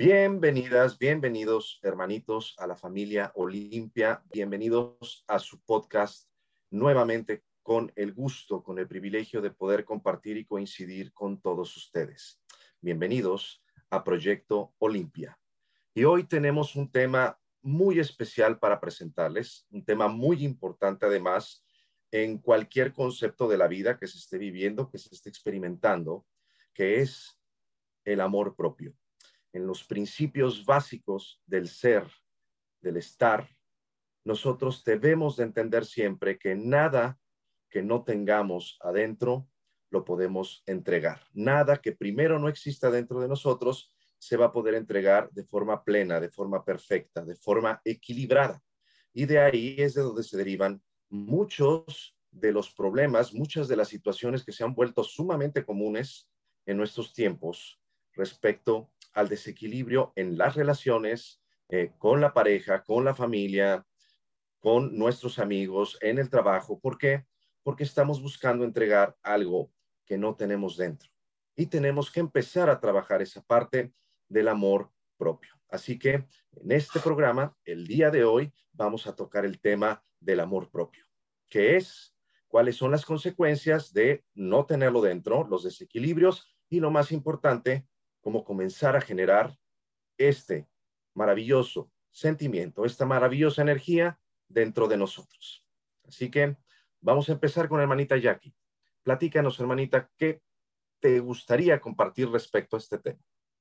Bienvenidas, bienvenidos, hermanitos, a la familia Olimpia. Bienvenidos a su podcast nuevamente con el gusto, con el privilegio de poder compartir y coincidir con todos ustedes. Bienvenidos a Proyecto Olimpia. Y hoy tenemos un tema muy especial para presentarles, un tema muy importante además en cualquier concepto de la vida que se esté viviendo, que se esté experimentando, que es el amor propio. En los principios básicos del ser, del estar, nosotros debemos de entender siempre que nada que no tengamos adentro lo podemos entregar. Nada que primero no exista dentro de nosotros se va a poder entregar de forma plena, de forma perfecta, de forma equilibrada. Y de ahí es de donde se derivan muchos de los problemas, muchas de las situaciones que se han vuelto sumamente comunes en nuestros tiempos respecto al desequilibrio en las relaciones con la pareja, con la familia, con nuestros amigos, en el trabajo. ¿Por qué? Porque estamos buscando entregar algo que no tenemos dentro. Y tenemos que empezar a trabajar esa parte del amor propio. Así que en este programa, el día de hoy, vamos a tocar el tema del amor propio. ¿Qué es? ¿Cuáles son las consecuencias de no tenerlo dentro? Los desequilibrios y lo más importante, cómo comenzar a generar este maravilloso sentimiento, esta maravillosa energía dentro de nosotros. Así que vamos a empezar con hermanita Jackie. Platícanos, hermanita, ¿qué te gustaría compartir respecto a este tema?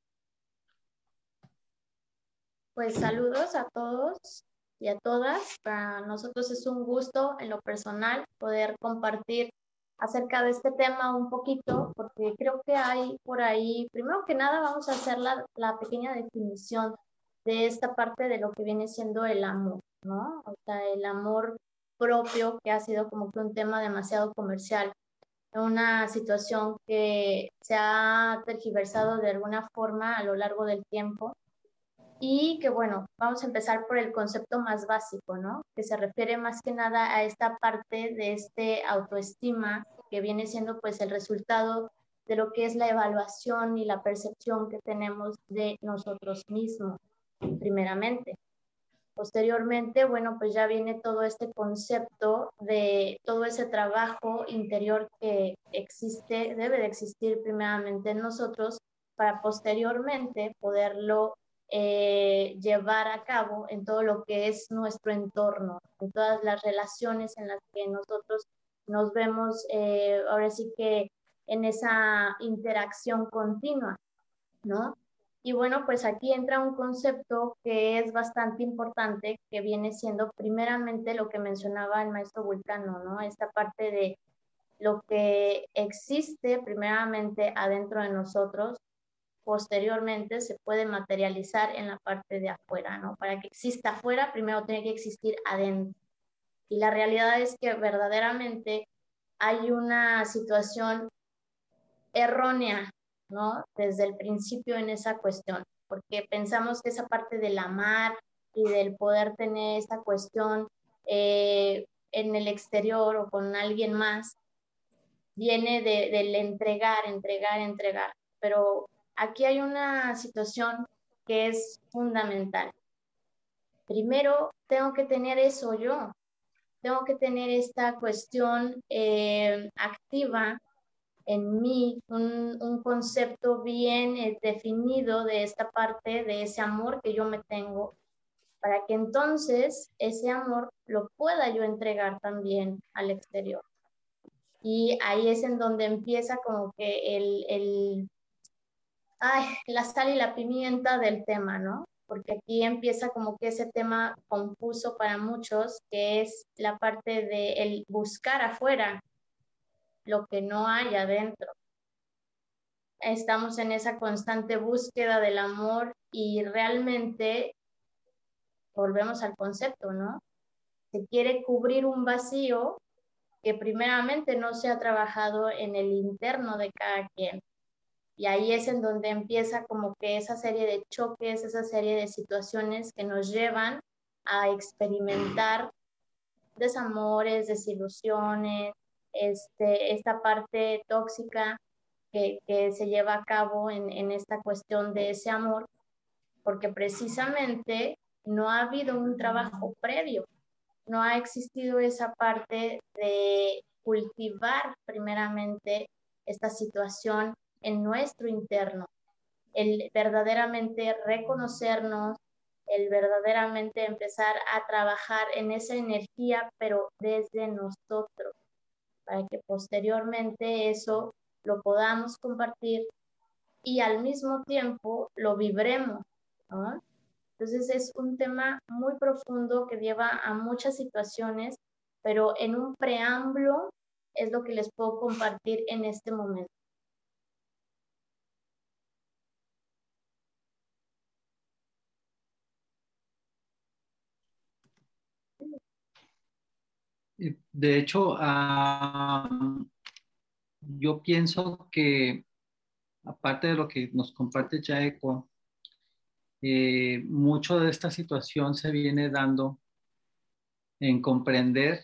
Pues saludos a todos y a todas. Para nosotros es un gusto en lo personal poder compartir acerca de este tema un poquito, porque creo que hay por ahí, primero que nada vamos a hacer la pequeña definición de esta parte de lo que viene siendo el amor, ¿no? O sea, el amor propio, que ha sido como que un tema demasiado comercial, una situación que se ha tergiversado de alguna forma a lo largo del tiempo. Y que bueno, vamos a empezar por el concepto más básico, ¿no? Que se refiere más que nada a esta parte de este autoestima que viene siendo pues el resultado de lo que es la evaluación y la percepción que tenemos de nosotros mismos, primeramente. Posteriormente, bueno, pues ya viene todo este concepto de todo ese trabajo interior que existe, debe de existir primeramente en nosotros para posteriormente poderlo llevar a cabo en todo lo que es nuestro entorno, en todas las relaciones en las que nosotros nos vemos, ahora sí que en esa interacción continua, ¿no? Y bueno, pues aquí entra un concepto que es bastante importante, que viene siendo primeramente lo que mencionaba el maestro Vulcano, ¿no? Esta parte de lo que existe primeramente adentro de nosotros, posteriormente se puede materializar en la parte de afuera, ¿no? Para que exista afuera, primero tiene que existir adentro. Y la realidad es que verdaderamente hay una situación errónea, ¿no? Desde el principio en esa cuestión, porque pensamos que esa parte del amar y del poder tener esta cuestión en el exterior o con alguien más viene del entregar, pero aquí hay una situación que es fundamental. Primero, tengo que tener eso yo, tengo que tener esta cuestión activa en mí, un concepto bien definido de esta parte, de ese amor que yo me tengo, para que entonces ese amor lo pueda yo entregar también al exterior. Y ahí es en donde empieza como que la sal y la pimienta del tema, ¿no? Porque aquí empieza como que ese tema confuso para muchos, que es la parte de el buscar afuera lo que no hay adentro. Estamos en esa constante búsqueda del amor y realmente volvemos al concepto, ¿no? Se quiere cubrir un vacío que primeramente no se ha trabajado en el interno de cada quien. Y ahí es en donde empieza como que esa serie de choques, esa serie de situaciones que nos llevan a experimentar desamores, desilusiones, esta parte tóxica que se lleva a cabo en esta cuestión de ese amor. porque precisamente no ha habido un trabajo previo, no ha existido esa parte de cultivar primeramente esta situación en nuestro interno, el verdaderamente reconocernos, el verdaderamente empezar a trabajar en esa energía, pero desde nosotros, para que posteriormente eso lo podamos compartir y al mismo tiempo lo vibremos, ¿no? Entonces es un tema muy profundo que lleva a muchas situaciones, pero en un preámbulo es lo que les puedo compartir en este momento. De hecho, yo pienso que aparte de lo que nos comparte Yaeko, mucho de esta situación se viene dando en comprender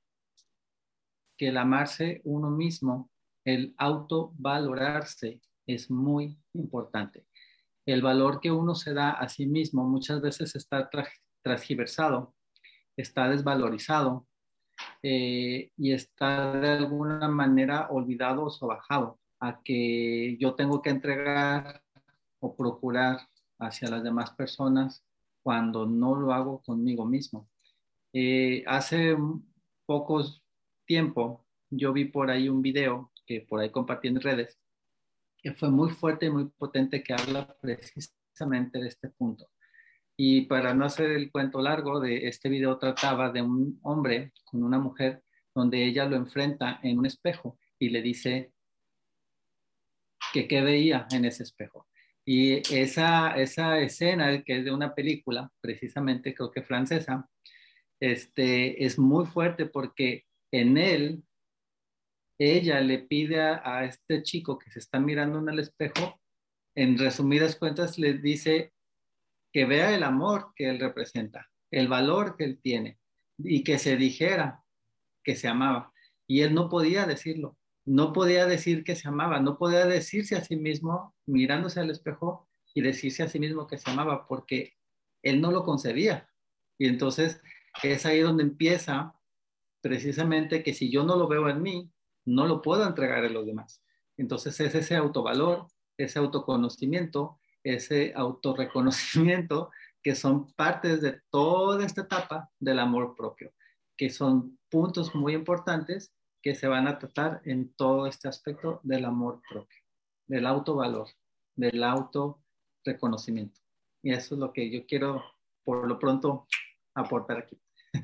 que el amarse uno mismo, el autovalorarse es muy importante. El valor que uno se da a sí mismo muchas veces está transgiversado, está desvalorizado y está de alguna manera olvidado o sobajado a que yo tengo que entregar o procurar hacia las demás personas cuando no lo hago conmigo mismo. Hace pocos tiempo yo vi por ahí un video que por ahí compartí en redes que fue muy fuerte y muy potente que habla precisamente de este punto. Y para no hacer el cuento largo, de este video trataba de un hombre con una mujer donde ella lo enfrenta en un espejo y le dice que qué veía en ese espejo. Y esa escena, que es de una película, precisamente creo que francesa, es muy fuerte porque en él, ella le pide a este chico que se está mirando en el espejo, en resumidas cuentas, le dice que vea el amor que él representa, el valor que él tiene y que se dijera que se amaba. Y él no podía decirlo, no podía decir que se amaba, no podía decirse a sí mismo, mirándose al espejo y decirse a sí mismo que se amaba, porque él no lo concebía. Y entonces es ahí donde empieza precisamente que si yo no lo veo en mí, no lo puedo entregar a los demás. Entonces es ese autovalor, ese autoconocimiento, ese autorreconocimiento que son partes de toda esta etapa del amor propio, que son puntos muy importantes que se van a tratar en todo este aspecto del amor propio, del autovalor, del autorreconocimiento. Y eso es lo que yo quiero por lo pronto aportar aquí.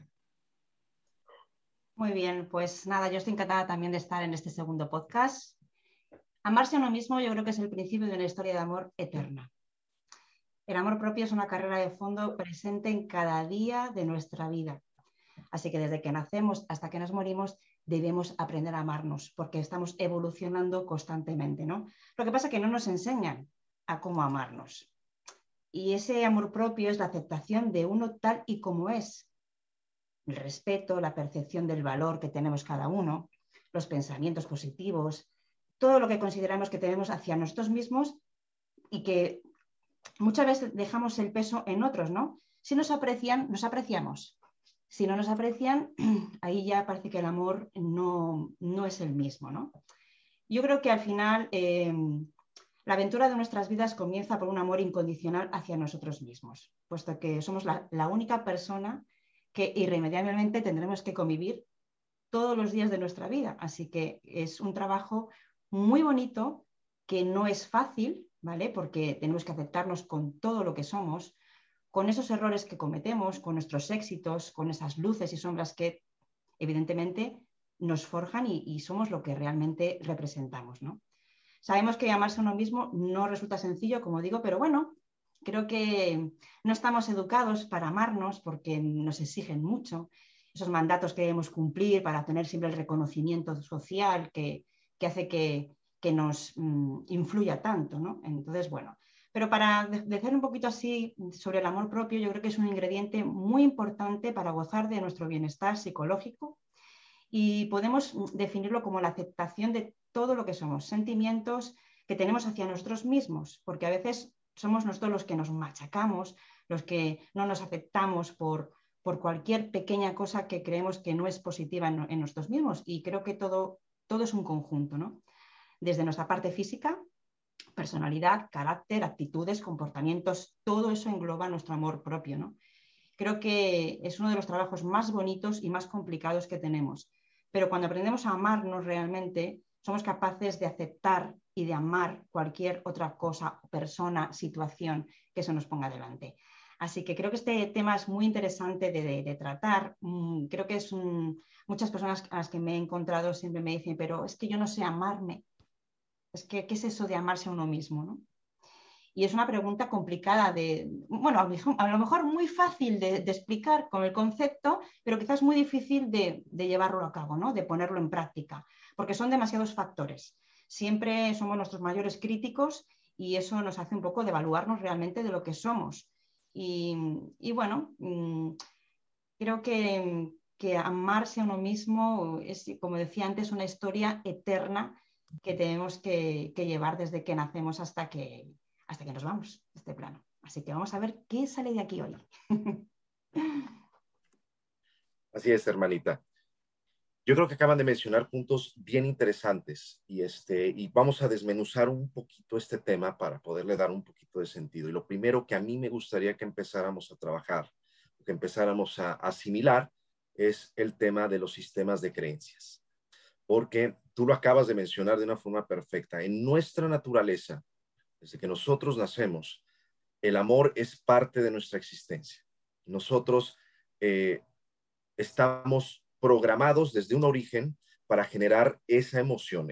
Muy bien, pues nada, yo estoy encantada también de estar en este segundo podcast. Amarse a uno mismo yo creo que es el principio de una historia de amor eterna. El amor propio es una carrera de fondo presente en cada día de nuestra vida. Así que desde que nacemos hasta que nos morimos debemos aprender a amarnos porque estamos evolucionando constantemente, ¿no? Lo que pasa es que no nos enseñan a cómo amarnos. Y ese amor propio es la aceptación de uno tal y como es. El respeto, la percepción del valor que tenemos cada uno, los pensamientos positivos, todo lo que consideramos que tenemos hacia nosotros mismos y que muchas veces dejamos el peso en otros, ¿no? Si nos aprecian, nos apreciamos. Si no nos aprecian, ahí ya parece que el amor no es el mismo, ¿no? Yo creo que al final la aventura de nuestras vidas comienza por un amor incondicional hacia nosotros mismos, puesto que somos la única persona que irremediablemente tendremos que convivir todos los días de nuestra vida. Así que es un trabajo muy bonito que no es fácil, ¿vale? Porque tenemos que aceptarnos con todo lo que somos, con esos errores que cometemos, con nuestros éxitos, con esas luces y sombras que evidentemente nos forjan y somos lo que realmente representamos, ¿no? Sabemos que amarse a uno mismo no resulta sencillo, como digo, pero bueno, creo que no estamos educados para amarnos porque nos exigen mucho esos mandatos que debemos cumplir para tener siempre el reconocimiento social que hace que nos influya tanto, ¿no? Entonces, bueno, pero para decir un poquito así sobre el amor propio, yo creo que es un ingrediente muy importante para gozar de nuestro bienestar psicológico y podemos definirlo como la aceptación de todo lo que somos, sentimientos que tenemos hacia nosotros mismos, porque a veces somos nosotros los que nos machacamos, los que no nos aceptamos por cualquier pequeña cosa que creemos que no es positiva en nosotros mismos. Y creo que todo es un conjunto, ¿no? Desde nuestra parte física, personalidad, carácter, actitudes, comportamientos, todo eso engloba nuestro amor propio, ¿no? Creo que es uno de los trabajos más bonitos y más complicados que tenemos. Pero cuando aprendemos a amarnos realmente, somos capaces de aceptar y de amar cualquier otra cosa, persona, situación que se nos ponga delante. Así que creo que este tema es muy interesante de tratar. Creo que muchas personas a las que me he encontrado siempre me dicen, pero es que yo no sé amarme. Es que, ¿qué es eso de amarse a uno mismo, ¿no? Y es una pregunta complicada bueno, a lo mejor muy fácil de explicar con el concepto, pero quizás muy difícil de llevarlo a cabo, ¿no? De ponerlo en práctica, porque son demasiados factores. Siempre somos nuestros mayores críticos y eso nos hace un poco devaluarnos realmente de lo que somos. Y bueno, creo que amarse a uno mismo es, como decía antes, una historia eterna que tenemos que llevar desde que nacemos hasta que nos vamos de este plano. Así que vamos a ver qué sale de aquí hoy. Así es, hermanita. Yo creo que acaban de mencionar puntos bien interesantes y vamos a desmenuzar un poquito este tema para poderle dar un poquito de sentido. Y lo primero que a mí me gustaría que empezáramos a trabajar, que empezáramos a asimilar, es el tema de los sistemas de creencias. Porque tú lo acabas de mencionar de una forma perfecta. En nuestra naturaleza, desde que nosotros nacemos, el amor es parte de nuestra existencia. Nosotros estamos programados desde un origen para generar esa emoción,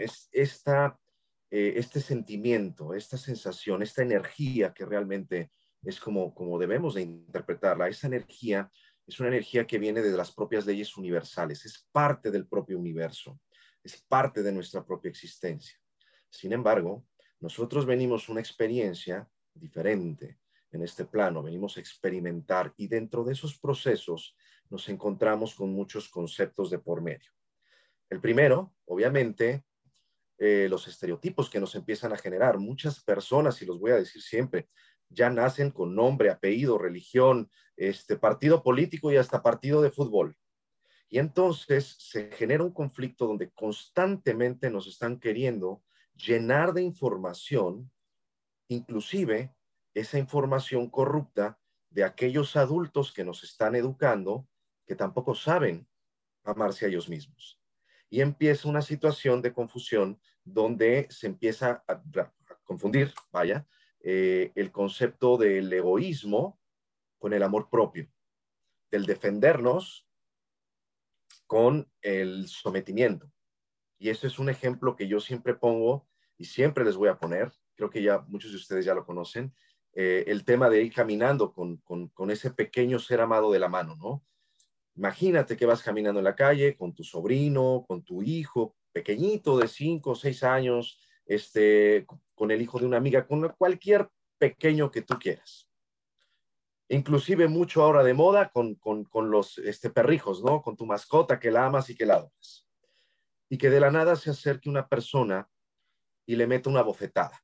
este sentimiento, esta sensación, esta energía que realmente es como debemos de interpretarla. Esa energía es una energía que viene de las propias leyes universales, es parte del propio universo, es parte de nuestra propia existencia. Sin embargo, nosotros venimos una experiencia diferente en este plano, venimos a experimentar y dentro de esos procesos nos encontramos con muchos conceptos de por medio. El primero, obviamente, los estereotipos que nos empiezan a generar. Muchas personas, y los voy a decir siempre, ya nacen con nombre, apellido, religión, partido político y hasta partido de fútbol. Y entonces se genera un conflicto donde constantemente nos están queriendo llenar de información, inclusive esa información corrupta de aquellos adultos que nos están educando, que tampoco saben amarse a ellos mismos. Y empieza una situación de confusión donde se empieza a confundir, el concepto del egoísmo con el amor propio, del defendernos con el sometimiento. Y este es un ejemplo que yo siempre pongo y siempre les voy a poner, creo que ya muchos de ustedes ya lo conocen, el tema de ir caminando con ese pequeño ser amado de la mano, ¿no? Imagínate que vas caminando en la calle con tu sobrino, con tu hijo pequeñito de 5 o 6 años, con el hijo de una amiga, con cualquier pequeño que tú quieras. Inclusive mucho ahora de moda con los perrijos, ¿no? Con tu mascota que la amas y que la adoras. Y que de la nada se acerque una persona y le mete una bofetada.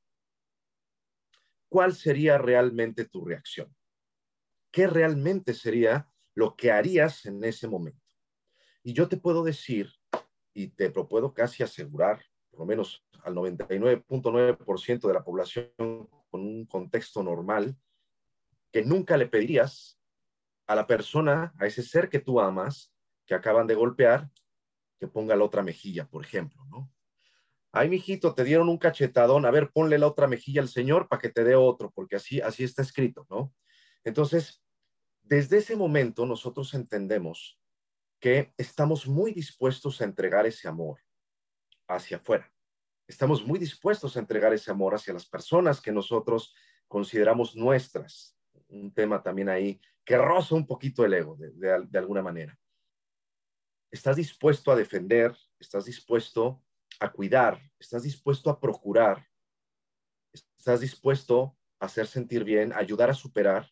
¿Cuál sería realmente tu reacción? ¿Qué realmente sería lo que harías en ese momento? Y yo te puedo decir, y te lo puedo casi asegurar, por lo menos al 99.9% de la población con un contexto normal, que nunca le pedirías a la persona, a ese ser que tú amas, que acaban de golpear, que ponga la otra mejilla, por ejemplo, ¿no? Ay, mijito, te dieron un cachetadón, a ver, ponle la otra mejilla al señor para que te dé otro, porque así está escrito, ¿no? Entonces, desde ese momento nosotros entendemos que estamos muy dispuestos a entregar ese amor hacia afuera. Estamos muy dispuestos a entregar ese amor hacia las personas que nosotros consideramos nuestras. Un tema también ahí que roza un poquito el ego, de alguna manera. Estás dispuesto a defender, estás dispuesto a cuidar, estás dispuesto a procurar, estás dispuesto a hacer sentir bien, a ayudar a superar.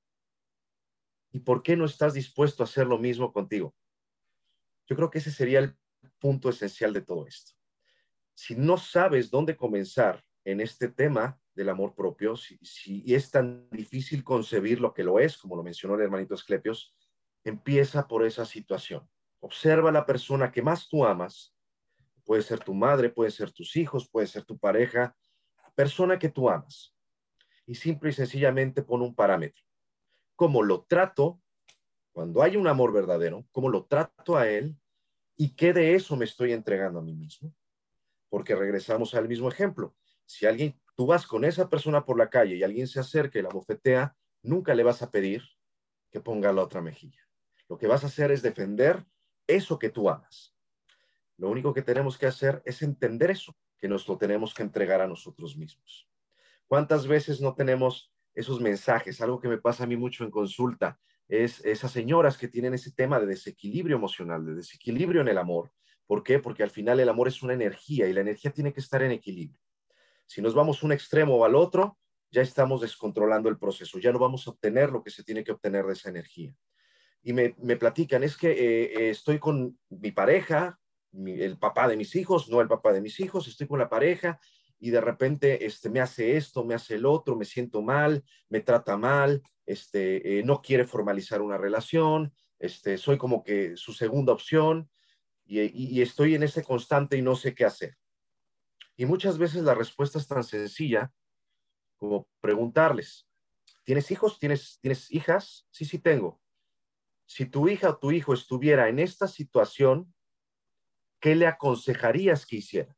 ¿Y por qué no estás dispuesto a hacer lo mismo contigo? Yo creo que ese sería el punto esencial de todo esto. Si no sabes dónde comenzar en este tema, del amor propio, y es tan difícil concebir lo que lo es, como lo mencionó el hermanito Asclepios, empieza por esa situación. Observa a la persona que más tú amas, puede ser tu madre, puede ser tus hijos, puede ser tu pareja, persona que tú amas, y simple y sencillamente pon un parámetro. ¿Cómo lo trato cuando hay un amor verdadero? ¿Cómo lo trato a él? ¿Y qué de eso me estoy entregando a mí mismo? Porque regresamos al mismo ejemplo. Si tú vas con esa persona por la calle y alguien se acerca y la bofetea, nunca le vas a pedir que ponga la otra mejilla. Lo que vas a hacer es defender eso que tú amas. Lo único que tenemos que hacer es entender eso, que nos lo tenemos que entregar a nosotros mismos. ¿Cuántas veces no tenemos esos mensajes? Algo que me pasa a mí mucho en consulta es esas señoras que tienen ese tema de desequilibrio emocional, de desequilibrio en el amor. ¿Por qué? Porque al final el amor es una energía y la energía tiene que estar en equilibrio. Si nos vamos un extremo o al otro, ya estamos descontrolando el proceso, ya no vamos a obtener lo que se tiene que obtener de esa energía. Y me platican, es que estoy con mi pareja, el papá de mis hijos, no el papá de mis hijos, estoy con la pareja y de repente me hace esto, me hace el otro, me siento mal, me trata mal, no quiere formalizar una relación, soy como que su segunda opción y estoy en ese constante y no sé qué hacer. Y muchas veces la respuesta es tan sencilla como preguntarles, ¿tienes hijos? ¿Tienes hijas? Sí, sí tengo. Si tu hija o tu hijo estuviera en esta situación, ¿qué le aconsejarías que hiciera?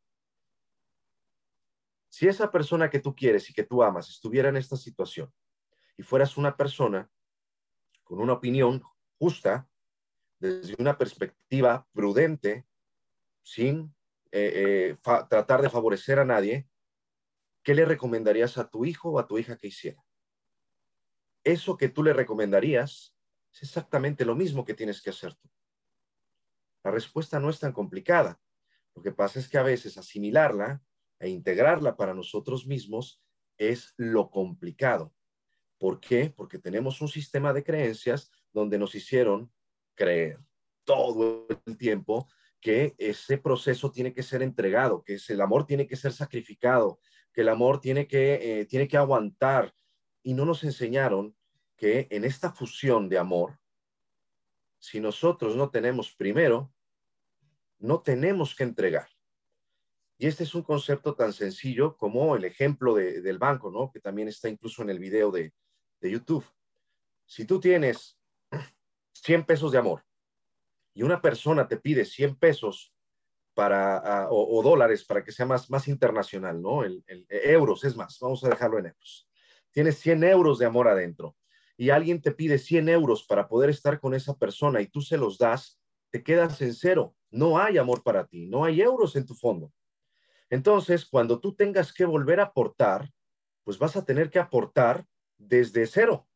Si esa persona que tú quieres y que tú amas estuviera en esta situación y fueras una persona con una opinión justa, desde una perspectiva prudente, sin tratar de favorecer a nadie, ¿qué le recomendarías a tu hijo o a tu hija que hiciera? Eso que tú le recomendarías es exactamente lo mismo que tienes que hacer tú. La respuesta no es tan complicada. Lo que pasa es que a veces asimilarla e integrarla para nosotros mismos es lo complicado. ¿Por qué? Porque tenemos un sistema de creencias donde nos hicieron creer todo el tiempo que ese proceso tiene que ser entregado, que el amor tiene que ser sacrificado, que el amor tiene que aguantar. Y no nos enseñaron que en esta fusión de amor, si nosotros no tenemos primero, no tenemos que entregar. Y este es un concepto tan sencillo como el ejemplo del banco, ¿no? Que también está incluso en el video de YouTube. Si tú tienes 100 pesos de amor y una persona te pide 100 pesos o dólares para que sea más internacional, ¿no? Euros, es más, vamos a dejarlo en euros. Tienes 100 euros de amor adentro y alguien te pide 100 euros para poder estar con esa persona y tú se los das, te quedas en cero. No hay amor para ti, no hay euros en tu fondo. Entonces, cuando tú tengas que volver a aportar, pues vas a tener que aportar desde cero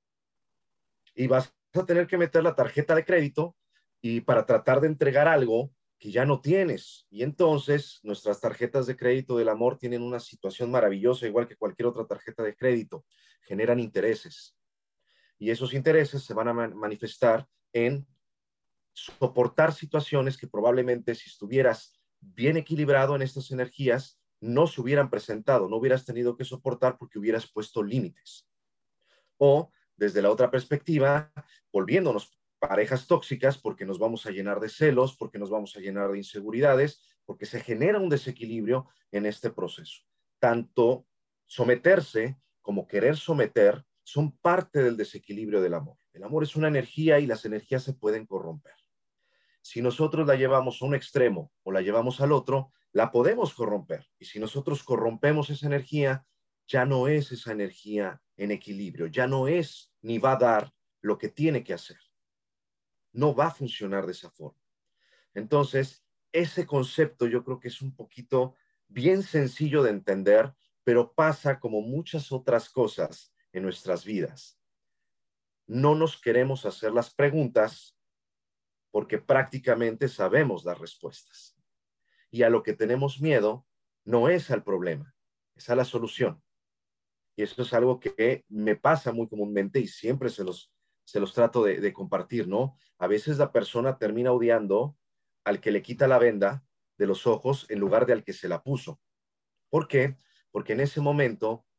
y vas a tener que meter la tarjeta de crédito y para tratar de entregar algo que ya no tienes. Y entonces nuestras tarjetas de crédito del amor tienen una situación maravillosa, igual que cualquier otra tarjeta de crédito. Generan intereses. Y esos intereses se van a manifestar en soportar situaciones que probablemente si estuvieras bien equilibrado en estas energías, no se hubieran presentado, no hubieras tenido que soportar porque hubieras puesto límites. O desde la otra perspectiva, volviéndonos parejas tóxicas porque nos vamos a llenar de celos, porque nos vamos a llenar de inseguridades, porque se genera un desequilibrio en este proceso. Tanto someterse como querer someter son parte del desequilibrio del amor. El amor es una energía y las energías se pueden corromper. Si nosotros la llevamos a un extremo o la llevamos al otro, la podemos corromper. Y si nosotros corrompemos esa energía, ya no es esa energía en equilibrio, ya no es ni va a dar lo que tiene que hacer. No va a funcionar de esa forma. Entonces, ese concepto yo creo que es un poquito bien sencillo de entender, pero pasa como muchas otras cosas en nuestras vidas. No nos queremos hacer las preguntas porque prácticamente sabemos las respuestas. Y a lo que tenemos miedo no es al problema, es a la solución. Y eso es algo que me pasa muy comúnmente y siempre se los trato de compartir, ¿no? A veces la persona termina odiando al que le quita la venda de los ojos en lugar de al que se la puso. ¿Por qué? Porque en ese momento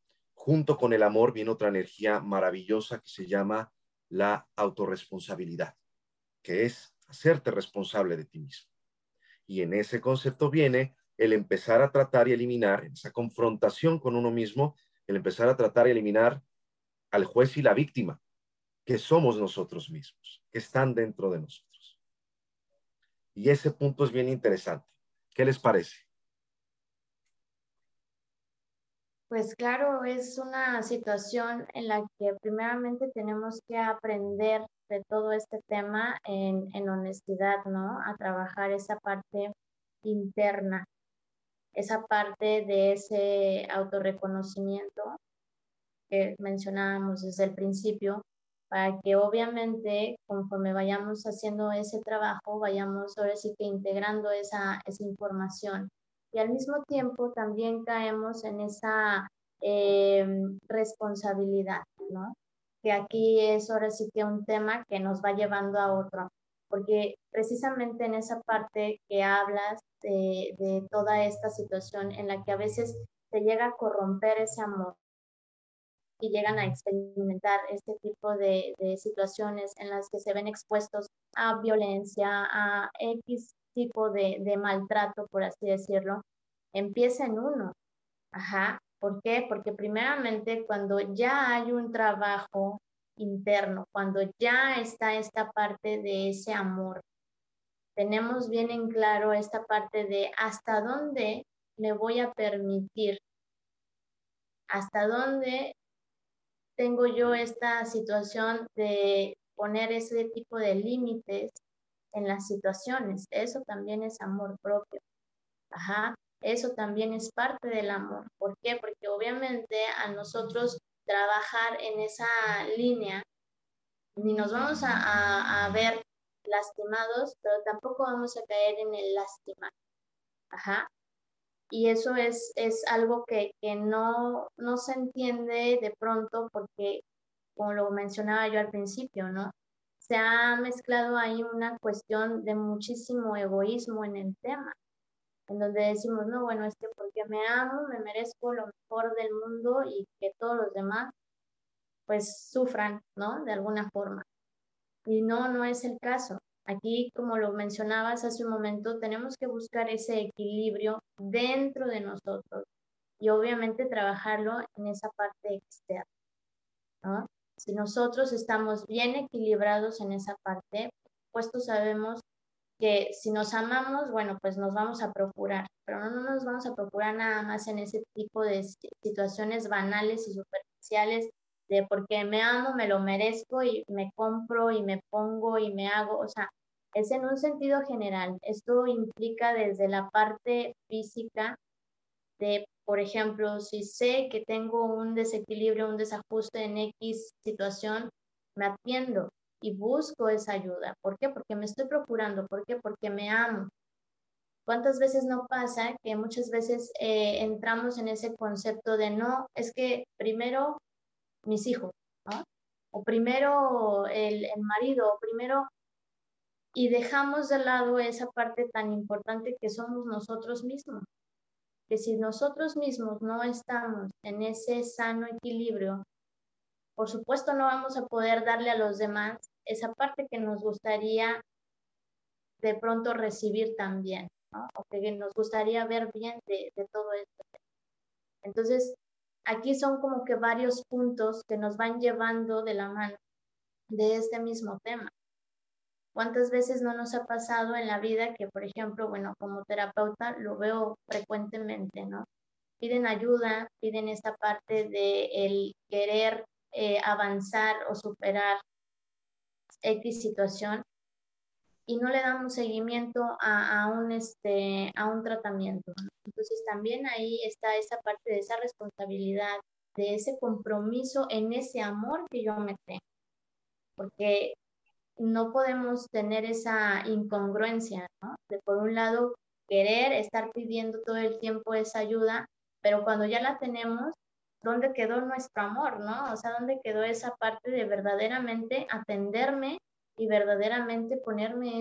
junto con el amor viene otra energía maravillosa que se llama la autorresponsabilidad, que es hacerte responsable de ti mismo. Y en ese concepto viene el empezar a tratar y eliminar, en esa confrontación con uno mismo, el empezar a tratar y eliminar al juez y la víctima, que somos nosotros mismos, que están dentro de nosotros. Y ese punto es bien interesante. ¿Qué les parece? Pues claro, es una situación en la que primeramente tenemos que aprender de todo este tema en honestidad, ¿no? A trabajar esa parte interna, esa parte de ese autorreconocimiento que mencionábamos desde el principio, para que obviamente conforme vayamos haciendo ese trabajo, vayamos ahora sí que integrando esa información. Y al mismo tiempo también caemos en esa responsabilidad, ¿no? Que aquí es ahora sí que un tema que nos va llevando a otro, porque precisamente en esa parte que hablas de toda esta situación en la que a veces se llega a corromper ese amor, y llegan a experimentar este tipo de situaciones en las que se ven expuestos a violencia, a X tipo de maltrato, por así decirlo, empieza en uno. Ajá. ¿Por qué? Porque primeramente cuando ya hay un trabajo interno, cuando ya está esta parte de ese amor, tenemos bien en claro esta parte de hasta dónde me voy a permitir, hasta dónde tengo yo esta situación de poner ese tipo de límites en las situaciones. Eso también es amor propio. Ajá. Eso también es parte del amor. ¿Por qué? Porque obviamente a nosotros trabajar en esa línea, ni nos vamos a ver lastimados, pero tampoco vamos a caer en el lastimar. Ajá. Y eso es algo que no se entiende de pronto porque, como lo mencionaba yo al principio, ¿no? Se ha mezclado ahí una cuestión de muchísimo egoísmo en el tema, en donde decimos, no, bueno, es que porque me amo, me merezco lo mejor del mundo y que todos los demás pues sufran, ¿no? De alguna forma. Y no es el caso. Aquí, como lo mencionabas hace un momento, tenemos que buscar ese equilibrio dentro de nosotros y obviamente trabajarlo en esa parte externa, ¿no? Si nosotros estamos bien equilibrados en esa parte, pues sabemos que si nos amamos, bueno, pues nos vamos a procurar, pero no nos vamos a procurar nada más en ese tipo de situaciones banales y superficiales de porque me amo, me lo merezco y me compro y me pongo y me hago, o sea, es en un sentido general. Esto implica desde la parte física de, por ejemplo, si sé que tengo un desequilibrio, un desajuste en X situación, me atiendo y busco esa ayuda. ¿Por qué? Porque me estoy procurando. ¿Por qué? Porque me amo. ¿Cuántas veces no pasa que muchas veces entramos en ese concepto de no, es que primero mis hijos, ¿no? O primero el marido, o primero, y dejamos de lado esa parte tan importante que somos nosotros mismos, que si nosotros mismos no estamos en ese sano equilibrio, por supuesto no vamos a poder darle a los demás esa parte que nos gustaría de pronto recibir también, ¿no? O que nos gustaría ver bien de todo esto. Entonces, aquí son como que varios puntos que nos van llevando de la mano de este mismo tema. ¿Cuántas veces no nos ha pasado en la vida que, por ejemplo, bueno, como terapeuta lo veo frecuentemente, ¿no? Piden ayuda, piden esta parte de el querer avanzar o superar X situación y no le damos seguimiento a un tratamiento, ¿no? Entonces también ahí está esa parte de esa responsabilidad, de ese compromiso en ese amor que yo me tengo, porque no podemos tener esa incongruencia, ¿no? De por un lado querer estar pidiendo todo el tiempo esa ayuda, pero cuando ya la tenemos, ¿dónde quedó nuestro amor, no? O sea, ¿dónde quedó esa parte de verdaderamente atenderme y verdaderamente ponerme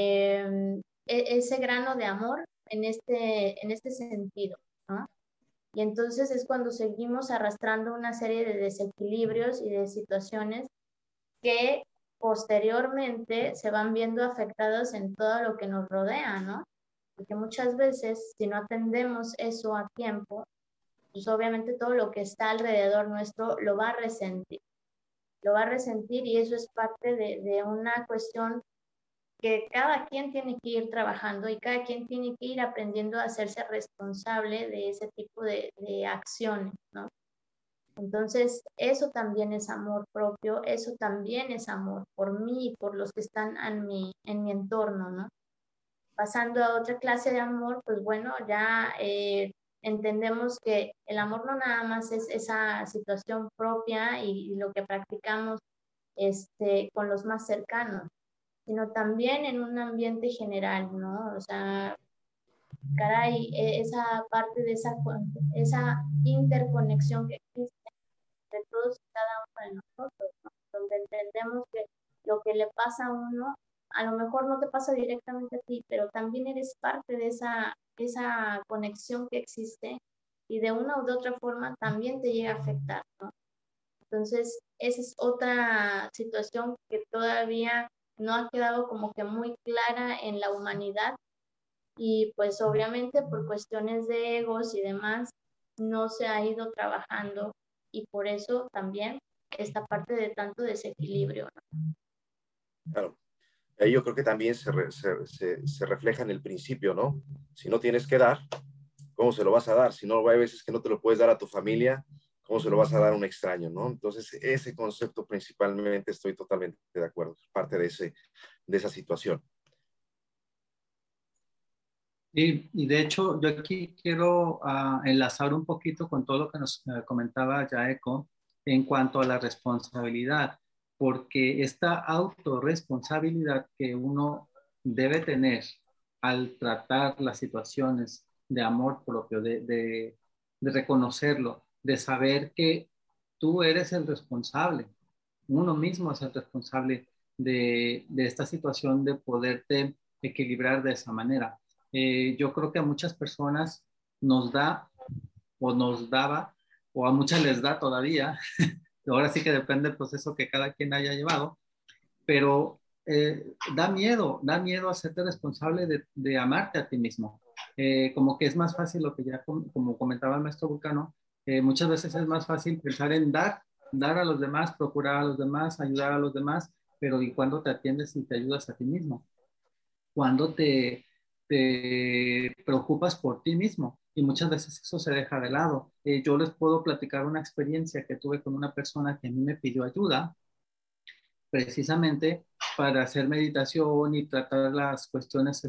ese grano de amor en este sentido, ¿no? Y entonces es cuando seguimos arrastrando una serie de desequilibrios y de situaciones que posteriormente se van viendo afectados en todo lo que nos rodea, ¿no? Porque muchas veces, si no atendemos eso a tiempo, pues obviamente todo lo que está alrededor nuestro lo va a resentir. Lo va a resentir y eso es parte de una cuestión que cada quien tiene que ir trabajando y cada quien tiene que ir aprendiendo a hacerse responsable de ese tipo de acciones, ¿no? Entonces, eso también es amor propio, eso también es amor por mí y por los que están en mi entorno, ¿no? Pasando a otra clase de amor, pues bueno, ya entendemos que el amor no nada más es esa situación propia y lo que practicamos con los más cercanos, sino también en un ambiente general, ¿no? O sea, caray, esa parte de esa interconexión que existe de todos y cada uno de nosotros, ¿no? Donde entendemos que lo que le pasa a uno, a lo mejor no te pasa directamente a ti, pero también eres parte de esa conexión que existe y de una u de otra forma también te llega a afectar, ¿no? Entonces, esa es otra situación que todavía no ha quedado como que muy clara en la humanidad y pues obviamente por cuestiones de egos y demás no se ha ido trabajando y por eso también esta parte de tanto desequilibrio, ¿no? Claro. Ahí yo creo que también se refleja en el principio, ¿no? Si no tienes que dar, ¿cómo se lo vas a dar? Si no, hay veces que no te lo puedes dar a tu familia, ¿cómo se lo vas a dar a un extraño, no? Entonces, ese concepto principalmente estoy totalmente de acuerdo, es parte de esa situación. Y de hecho, yo aquí quiero enlazar un poquito con todo lo que nos comentaba Yaeko en cuanto a la responsabilidad, porque esta autorresponsabilidad que uno debe tener al tratar las situaciones de amor propio, de reconocerlo, de saber que tú eres el responsable, uno mismo es el responsable de esta situación de poderte equilibrar de esa manera. Yo creo que a muchas personas nos da o nos daba, o a muchas les da todavía, ahora sí que depende del proceso que cada quien haya llevado, pero da miedo hacerte responsable de amarte a ti mismo. Como que es más fácil lo que ya, como comentaba el maestro Vulcano, muchas veces es más fácil pensar en dar a los demás, procurar a los demás, ayudar a los demás, pero ¿y cuándo te atiendes y te ayudas a ti mismo? Cuando te preocupas por ti mismo y muchas veces eso se deja de lado. Yo les puedo platicar una experiencia que tuve con una persona que a mí me pidió ayuda precisamente para hacer meditación y tratar las cuestiones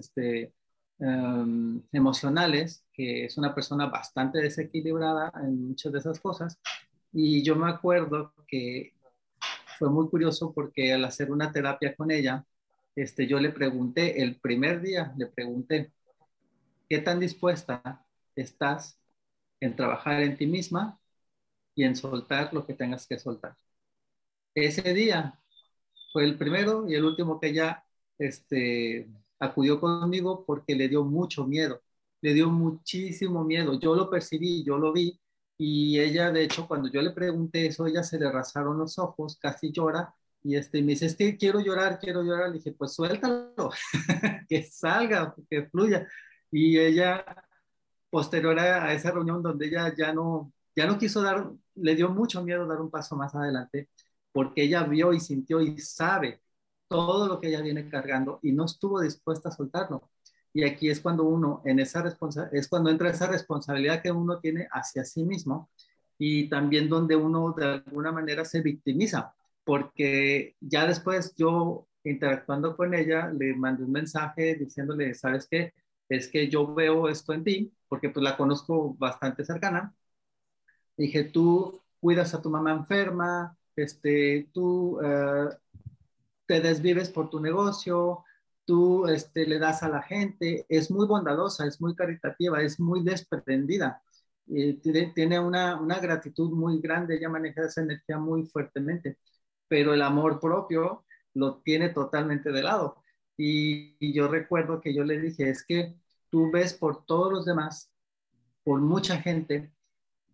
emocionales, que es una persona bastante desequilibrada en muchas de esas cosas. Y yo me acuerdo que fue muy curioso porque al hacer una terapia con ella, yo le pregunté, el primer día le pregunté, ¿qué tan dispuesta estás en trabajar en ti misma y en soltar lo que tengas que soltar? Ese día fue el primero y el último que ella acudió conmigo porque le dio mucho miedo, le dio muchísimo miedo. Yo lo percibí, yo lo vi y ella, de hecho, cuando yo le pregunté eso, ella se le rasaron los ojos, casi llora y me dice, es que quiero llorar, quiero llorar. Le dije, pues suéltalo, que salga, que fluya. Y ella, posterior a esa reunión donde ella ya no quiso dar, le dio mucho miedo dar un paso más adelante, porque ella vio y sintió y sabe todo lo que ella viene cargando y no estuvo dispuesta a soltarlo. Y aquí es cuando uno, es cuando entra esa responsabilidad que uno tiene hacia sí mismo y también donde uno de alguna manera se victimiza, porque ya después yo interactuando con ella le mandé un mensaje diciéndole, ¿sabes qué? Es que yo veo esto en ti, porque pues la conozco bastante cercana. Dije, tú cuidas a tu mamá enferma, tú te desvives por tu negocio, tú le das a la gente, es muy bondadosa, es muy caritativa, es muy desprendida, tiene una gratitud muy grande, ella maneja esa energía muy fuertemente, pero el amor propio lo tiene totalmente de lado. Y yo recuerdo que yo le dije, es que tú ves por todos los demás, por mucha gente,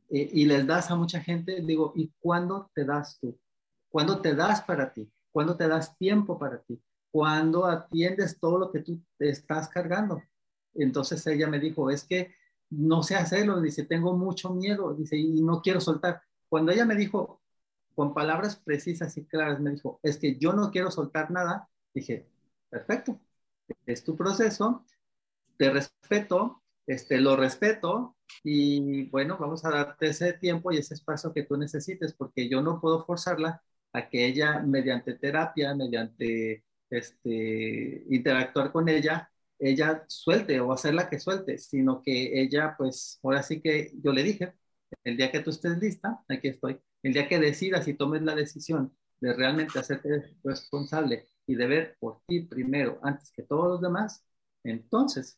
y les das a mucha gente, digo, ¿y cuándo te das tú? ¿Cuándo te das para ti? ¿Cuándo te das tiempo para ti? ¿Cuándo atiendes todo lo que tú te estás cargando? Entonces ella me dijo, es que no sé hacerlo, dice, tengo mucho miedo, dice, y no quiero soltar. Cuando ella me dijo, con palabras precisas y claras, me dijo, es que yo no quiero soltar nada, dije, perfecto, es tu proceso, te respeto, lo respeto, y bueno, vamos a darte ese tiempo y ese espacio que tú necesites, porque yo no puedo forzarla a que ella, mediante terapia, mediante interactuar con ella suelte o hacerla que suelte, sino que ella, pues, ahora sí que yo le dije, el día que tú estés lista, aquí estoy, el día que decidas y tomes la decisión de realmente hacerte responsable y de ver por ti primero, antes que todos los demás, entonces,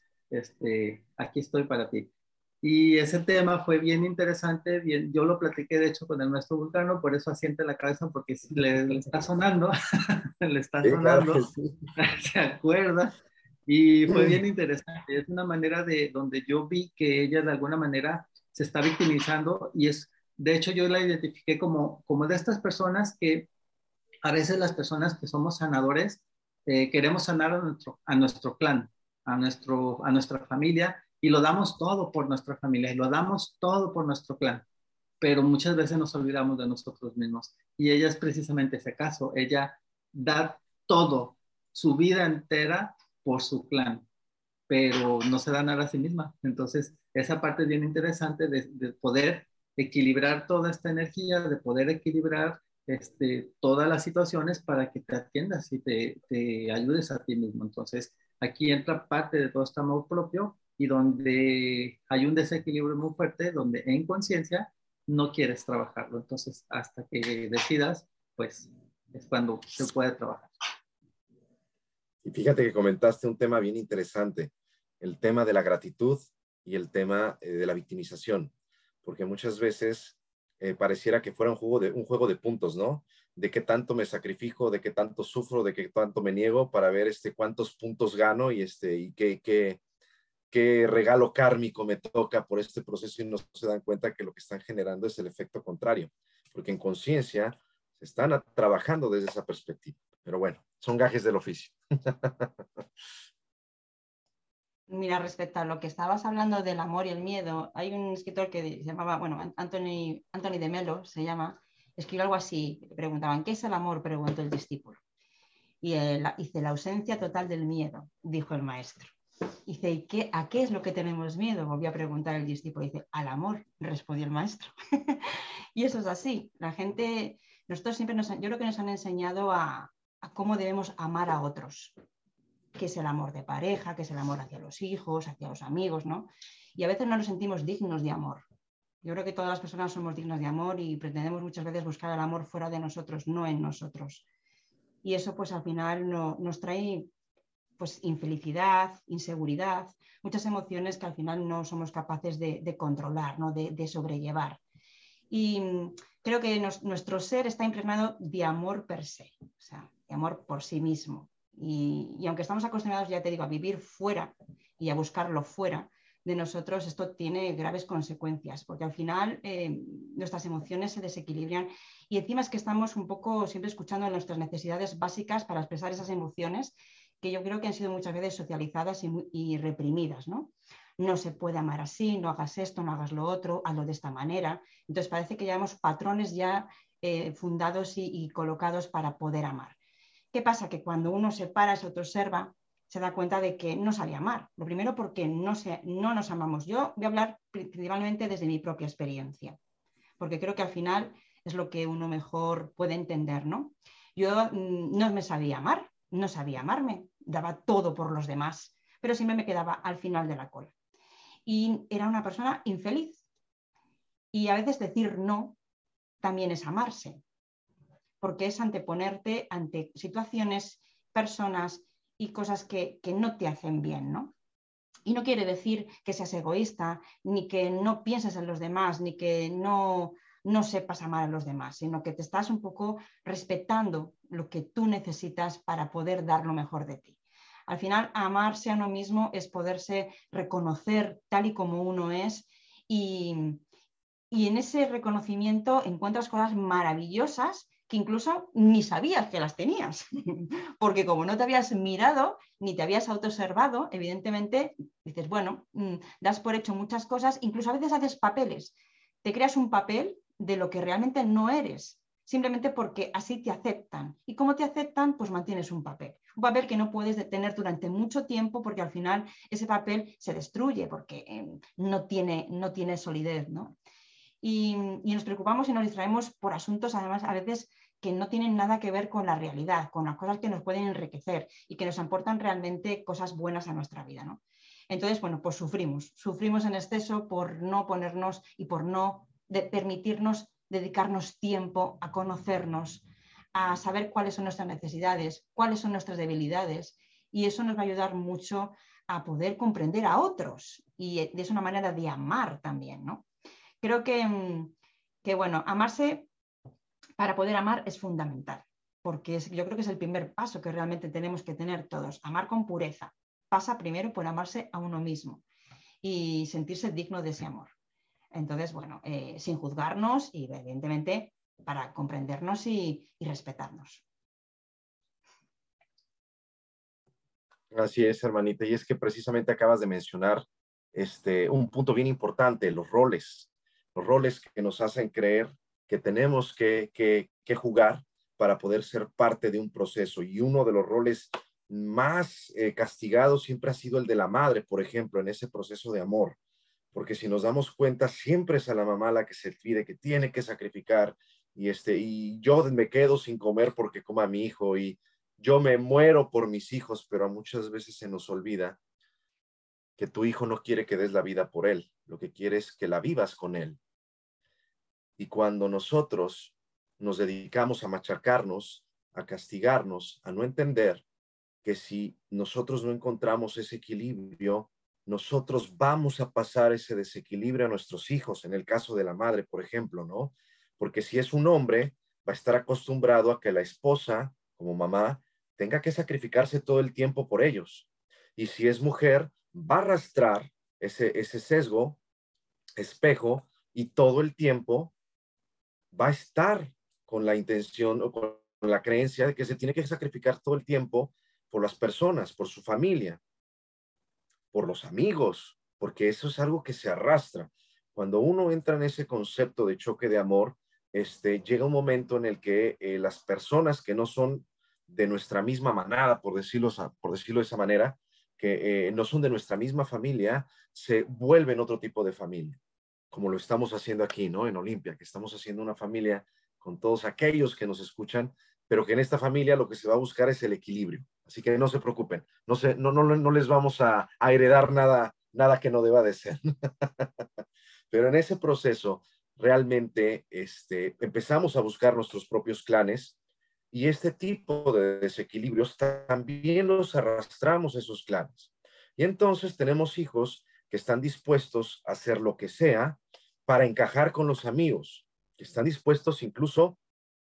aquí estoy para ti. Y ese tema fue bien interesante, bien, yo lo platiqué de hecho con el maestro Vulcano, por eso asiente la cabeza, porque le está sonando, le está Sí, claro sonando, que sí. se acuerda, y fue bien interesante, es una manera de donde yo vi que ella de alguna manera se está victimizando, y es, de hecho yo la identifiqué como de estas personas que a veces las personas que somos sanadores queremos sanar a nuestro clan, a nuestra familia, y lo damos todo por nuestra familia, y lo damos todo por nuestro clan, pero muchas veces nos olvidamos de nosotros mismos. Y ella es precisamente ese caso, ella da todo, su vida entera por su clan, pero no se da nada a sí misma. Entonces, esa parte es bien interesante de poder equilibrar toda esta energía, de poder equilibrar todas las situaciones para que te atiendas y te ayudes a ti mismo. Entonces, aquí entra parte de todo este amor propio y donde hay un desequilibrio muy fuerte, donde en conciencia no quieres trabajarlo. Entonces, hasta que decidas, pues es cuando se puede trabajar. Y fíjate que comentaste un tema bien interesante, el tema de la gratitud y el tema de la victimización, porque muchas veces pareciera que fuera un juego de puntos, ¿no? De qué tanto me sacrifico, de qué tanto sufro, de qué tanto me niego para ver cuántos puntos gano y qué regalo kármico me toca por este proceso, y no se dan cuenta que lo que están generando es el efecto contrario, porque en conciencia se están trabajando desde esa perspectiva. Pero bueno, son gajes del oficio. Mira, respecto a lo que estabas hablando del amor y el miedo, hay un escritor que se llamaba, bueno, Anthony de Melo se llama, escribió algo así, preguntaban, ¿qué es el amor?, preguntó el discípulo. Y dice, la ausencia total del miedo, dijo el maestro. Dice, ¿y a qué es lo que tenemos miedo?, volvió a preguntar el discípulo. Dice, al amor, respondió el maestro. Y eso es así. La gente, nosotros siempre yo creo que nos han enseñado a cómo debemos amar a otros, qué es el amor de pareja, qué es el amor hacia los hijos, hacia los amigos, ¿no? Y a veces no nos sentimos dignos de amor. Yo creo que todas las personas somos dignas de amor y pretendemos muchas veces buscar el amor fuera de nosotros, no en nosotros. Y eso pues al final nos trae pues infelicidad, inseguridad, muchas emociones que al final no somos capaces de controlar, ¿no? de sobrellevar. Y creo que nuestro ser está impregnado de amor per se, o sea, de amor por sí mismo. Y aunque estamos acostumbrados, ya te digo, a vivir fuera y a buscarlo fuera de nosotros, esto tiene graves consecuencias, porque al final nuestras emociones se desequilibran y encima es que estamos un poco siempre escuchando nuestras necesidades básicas para expresar esas emociones que yo creo que han sido muchas veces socializadas y reprimidas, ¿no? No se puede amar así, no hagas esto, no hagas lo otro, hazlo de esta manera. Entonces parece que llevamos patrones ya fundados y colocados para poder amar. ¿Qué pasa? Que cuando uno se para, se autoobserva, se da cuenta de que no sabe amar. Lo primero porque no nos amamos. Yo voy a hablar principalmente desde mi propia experiencia, porque creo que al final es lo que uno mejor puede entender, ¿no? Yo no me sabía amar, no sabía amarme, daba todo por los demás, pero siempre me quedaba al final de la cola. Y era una persona infeliz. Y a veces decir no también es amarse, porque es anteponerte ante situaciones, personas y cosas que no te hacen bien, ¿no? Y no quiere decir que seas egoísta, ni que no pienses en los demás, ni que no sepas amar a los demás, sino que te estás un poco respetando lo que tú necesitas para poder dar lo mejor de ti. Al final, amarse a uno mismo es poderse reconocer tal y como uno es y y en ese reconocimiento encuentras cosas maravillosas que incluso ni sabías que las tenías, porque como no te habías mirado ni te habías autoobservado, evidentemente dices, bueno, das por hecho muchas cosas, incluso a veces haces papeles, te creas un papel de lo que realmente no eres, simplemente porque así te aceptan. ¿Y cómo te aceptan? Pues mantienes un papel que no puedes detener durante mucho tiempo, porque al final ese papel se destruye, porque no tiene solidez, ¿no? Y nos preocupamos y nos distraemos por asuntos, además, a veces que no tienen nada que ver con la realidad, con las cosas que nos pueden enriquecer y que nos aportan realmente cosas buenas a nuestra vida, ¿no? Entonces, bueno, pues sufrimos en exceso por no ponernos y por no permitirnos dedicarnos tiempo a conocernos, a saber cuáles son nuestras necesidades, cuáles son nuestras debilidades, y eso nos va a ayudar mucho a poder comprender a otros, y es una manera de amar también, ¿no? Creo que bueno, amarse, para poder amar, es fundamental, porque yo creo que es el primer paso que realmente tenemos que tener todos. Amar con pureza pasa primero por amarse a uno mismo y sentirse digno de ese amor. Entonces, bueno, sin juzgarnos y evidentemente para comprendernos y respetarnos. Así es, hermanita, y es que precisamente acabas de mencionar un punto bien importante, los roles que nos hacen creer que tenemos que jugar para poder ser parte de un proceso. Y uno de los roles más castigados siempre ha sido el de la madre, por ejemplo, en ese proceso de amor. Porque si nos damos cuenta, siempre es a la mamá la que se pide que tiene que sacrificar, y yo me quedo sin comer porque coma mi hijo, y yo me muero por mis hijos, pero muchas veces se nos olvida que tu hijo no quiere que des la vida por él, lo que quiere es que la vivas con él. Y cuando nosotros nos dedicamos a machacarnos, a castigarnos, a no entender que si nosotros no encontramos ese equilibrio, nosotros vamos a pasar ese desequilibrio a nuestros hijos, en el caso de la madre, por ejemplo, ¿no? Porque si es un hombre, va a estar acostumbrado a que la esposa, como mamá, tenga que sacrificarse todo el tiempo por ellos. Y si es mujer, va a arrastrar ese sesgo, espejo, y todo el tiempo va a estar con la intención o con la creencia de que se tiene que sacrificar todo el tiempo por las personas, por su familia, por los amigos, porque eso es algo que se arrastra. Cuando uno entra en ese concepto de choque de amor, llega un momento en el que las personas que no son de nuestra misma manada, por decirlo de esa manera, que no son de nuestra misma familia, se vuelven otro tipo de familia, como lo estamos haciendo aquí, ¿no? En Olimpia, que estamos haciendo una familia con todos aquellos que nos escuchan, pero que en esta familia lo que se va a buscar es el equilibrio. Así que no se preocupen, no les vamos a heredar nada que no deba de ser. Pero en ese proceso realmente empezamos a buscar nuestros propios clanes, y este tipo de desequilibrios también los arrastramos a esos clanes. Y entonces tenemos hijos que están dispuestos a hacer lo que sea para encajar con los amigos, que están dispuestos incluso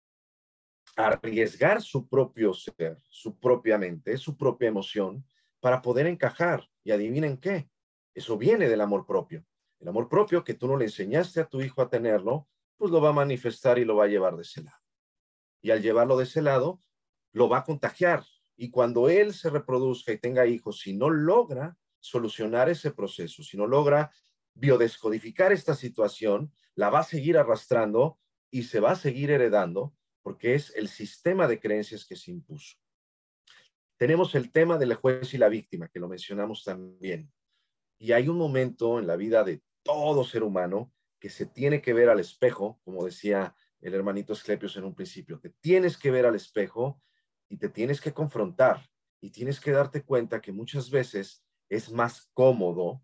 a arriesgar su propio ser, su propia mente, su propia emoción, para poder encajar. Y adivinen qué, eso viene del amor propio. El amor propio que tú no le enseñaste a tu hijo a tenerlo, pues lo va a manifestar y lo va a llevar de ese lado. Y al llevarlo de ese lado, lo va a contagiar. Y cuando él se reproduzca y tenga hijos, si no logra solucionar ese proceso, si no logra biodescodificar esta situación, la va a seguir arrastrando y se va a seguir heredando, porque es el sistema de creencias que se impuso. Tenemos el tema del juez y la víctima, que lo mencionamos también. Y hay un momento en la vida de todo ser humano que se tiene que ver al espejo, como decía el hermanito Asclepios en un principio. Te tienes que ver al espejo y te tienes que confrontar, y tienes que darte cuenta que muchas veces es más cómodo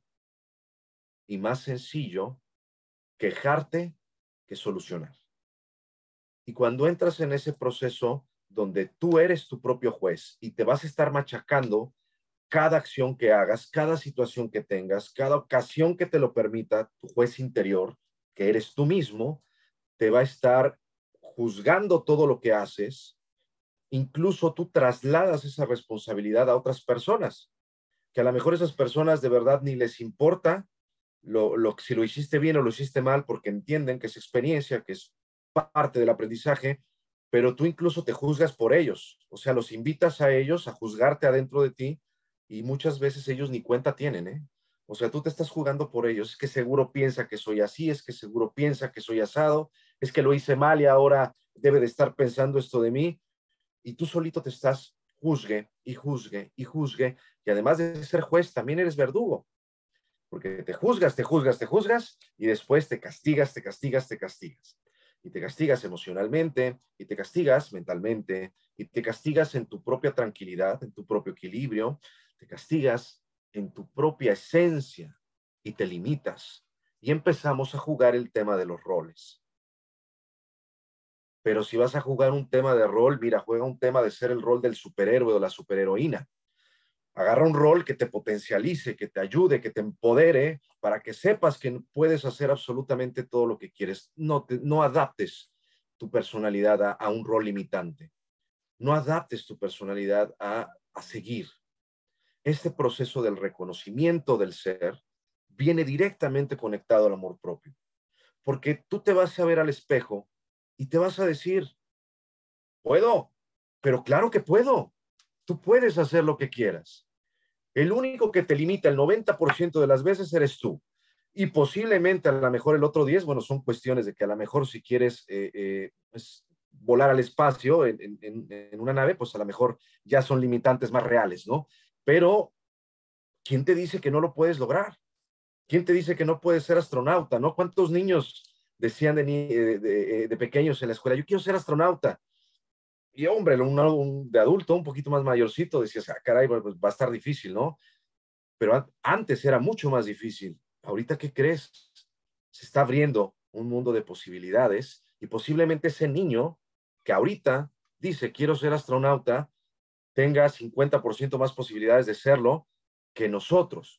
y más sencillo quejarte que solucionar. Y cuando entras en ese proceso donde tú eres tu propio juez y te vas a estar machacando cada acción que hagas, cada situación que tengas, cada ocasión que te lo permita, tu juez interior, que eres tú mismo, te va a estar juzgando todo lo que haces. Incluso tú trasladas esa responsabilidad a otras personas, que a lo mejor esas personas de verdad ni les importa si lo hiciste bien o lo hiciste mal, porque entienden que es experiencia, que es parte del aprendizaje, pero tú incluso te juzgas por ellos. O sea, los invitas a ellos a juzgarte adentro de ti y muchas veces ellos ni cuenta tienen, ¿eh? O sea, tú te estás jugando por ellos. Es que seguro piensa que soy así, es que seguro piensa que soy asado, es que lo hice mal y ahora debe de estar pensando esto de mí. Y tú solito te estás juzgue y juzgue y juzgue. Y además de ser juez, también eres verdugo. Porque te juzgas, te juzgas, te juzgas y después te castigas, te castigas, te castigas. Y te castigas emocionalmente, y te castigas mentalmente, y te castigas en tu propia tranquilidad, en tu propio equilibrio, te castigas en tu propia esencia y te limitas. Y empezamos a jugar el tema de los roles. Pero si vas a jugar un tema de rol, mira, juega un tema de ser el rol del superhéroe o la superheroína. Agarra un rol que te potencialice, que te ayude, que te empodere, para que sepas que puedes hacer absolutamente todo lo que quieres. No adaptes tu personalidad a un rol limitante. No adaptes tu personalidad a seguir. Este proceso del reconocimiento del ser viene directamente conectado al amor propio. Porque tú te vas a ver al espejo y te vas a decir, puedo, pero claro que puedo. Tú puedes hacer lo que quieras. El único que te limita el 90% de las veces eres tú. Y posiblemente a lo mejor el otro 10, bueno, son cuestiones de que a lo mejor si quieres pues, volar al espacio en una nave, pues a lo mejor ya son limitantes más reales, ¿no? Pero, ¿quién te dice que no lo puedes lograr? ¿Quién te dice que no puedes ser astronauta, no? ¿Cuántos niños decían de pequeños en la escuela, yo quiero ser astronauta? Y hombre, de adulto, un poquito más mayorcito, decías, ah, caray, pues va a estar difícil, ¿no? Pero antes era mucho más difícil. ¿Ahorita qué crees? Se está abriendo un mundo de posibilidades y posiblemente ese niño que ahorita dice quiero ser astronauta tenga 50% más posibilidades de serlo que nosotros.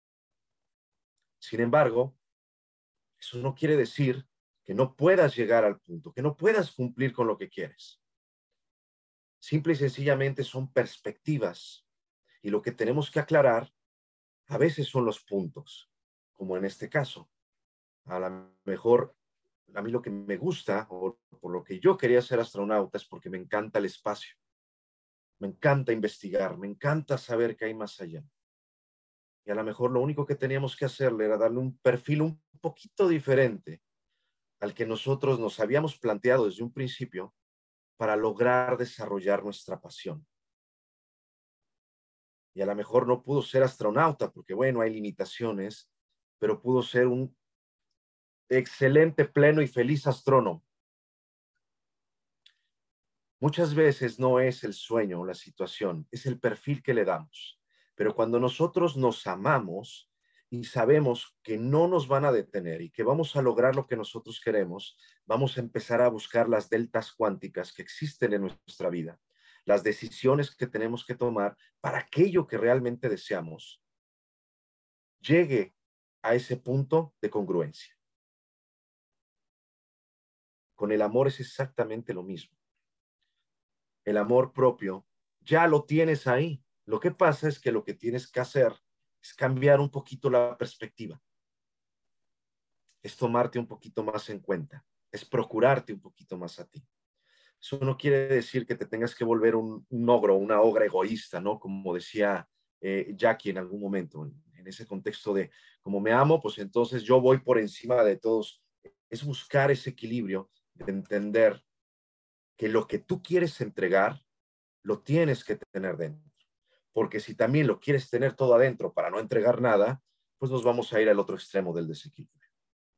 Sin embargo, eso no quiere decir que no puedas llegar al punto, que no puedas cumplir con lo que quieres. Simple y sencillamente son perspectivas y lo que tenemos que aclarar a veces son los puntos, como en este caso. A lo mejor a mí lo que me gusta o por lo que yo quería ser astronauta es porque me encanta el espacio, me encanta investigar, me encanta saber qué hay más allá. Y a lo mejor lo único que teníamos que hacerle era darle un perfil un poquito diferente al que nosotros nos habíamos planteado desde un principio para lograr desarrollar nuestra pasión. Y a lo mejor no pudo ser astronauta porque, bueno, hay limitaciones, pero pudo ser un excelente, pleno y feliz astrónomo. Muchas veces no es el sueño o la situación, es el perfil que le damos. Pero cuando nosotros nos amamos y sabemos que no nos van a detener y que vamos a lograr lo que nosotros queremos, vamos a empezar a buscar las deltas cuánticas que existen en nuestra vida, las decisiones que tenemos que tomar para aquello que realmente deseamos llegue a ese punto de congruencia. Con el amor es exactamente lo mismo. El amor propio ya lo tienes ahí. Lo que pasa es que lo que tienes que hacer es cambiar un poquito la perspectiva. Es tomarte un poquito más en cuenta. Es procurarte un poquito más a ti. Eso no quiere decir que te tengas que volver un ogro, una ogra egoísta, ¿no? Como decía Jackie en algún momento, en ese contexto de como me amo, pues entonces yo voy por encima de todos. Es buscar ese equilibrio de entender que lo que tú quieres entregar, lo tienes que tener dentro. Porque si también lo quieres tener todo adentro para no entregar nada, pues nos vamos a ir al otro extremo del desequilibrio.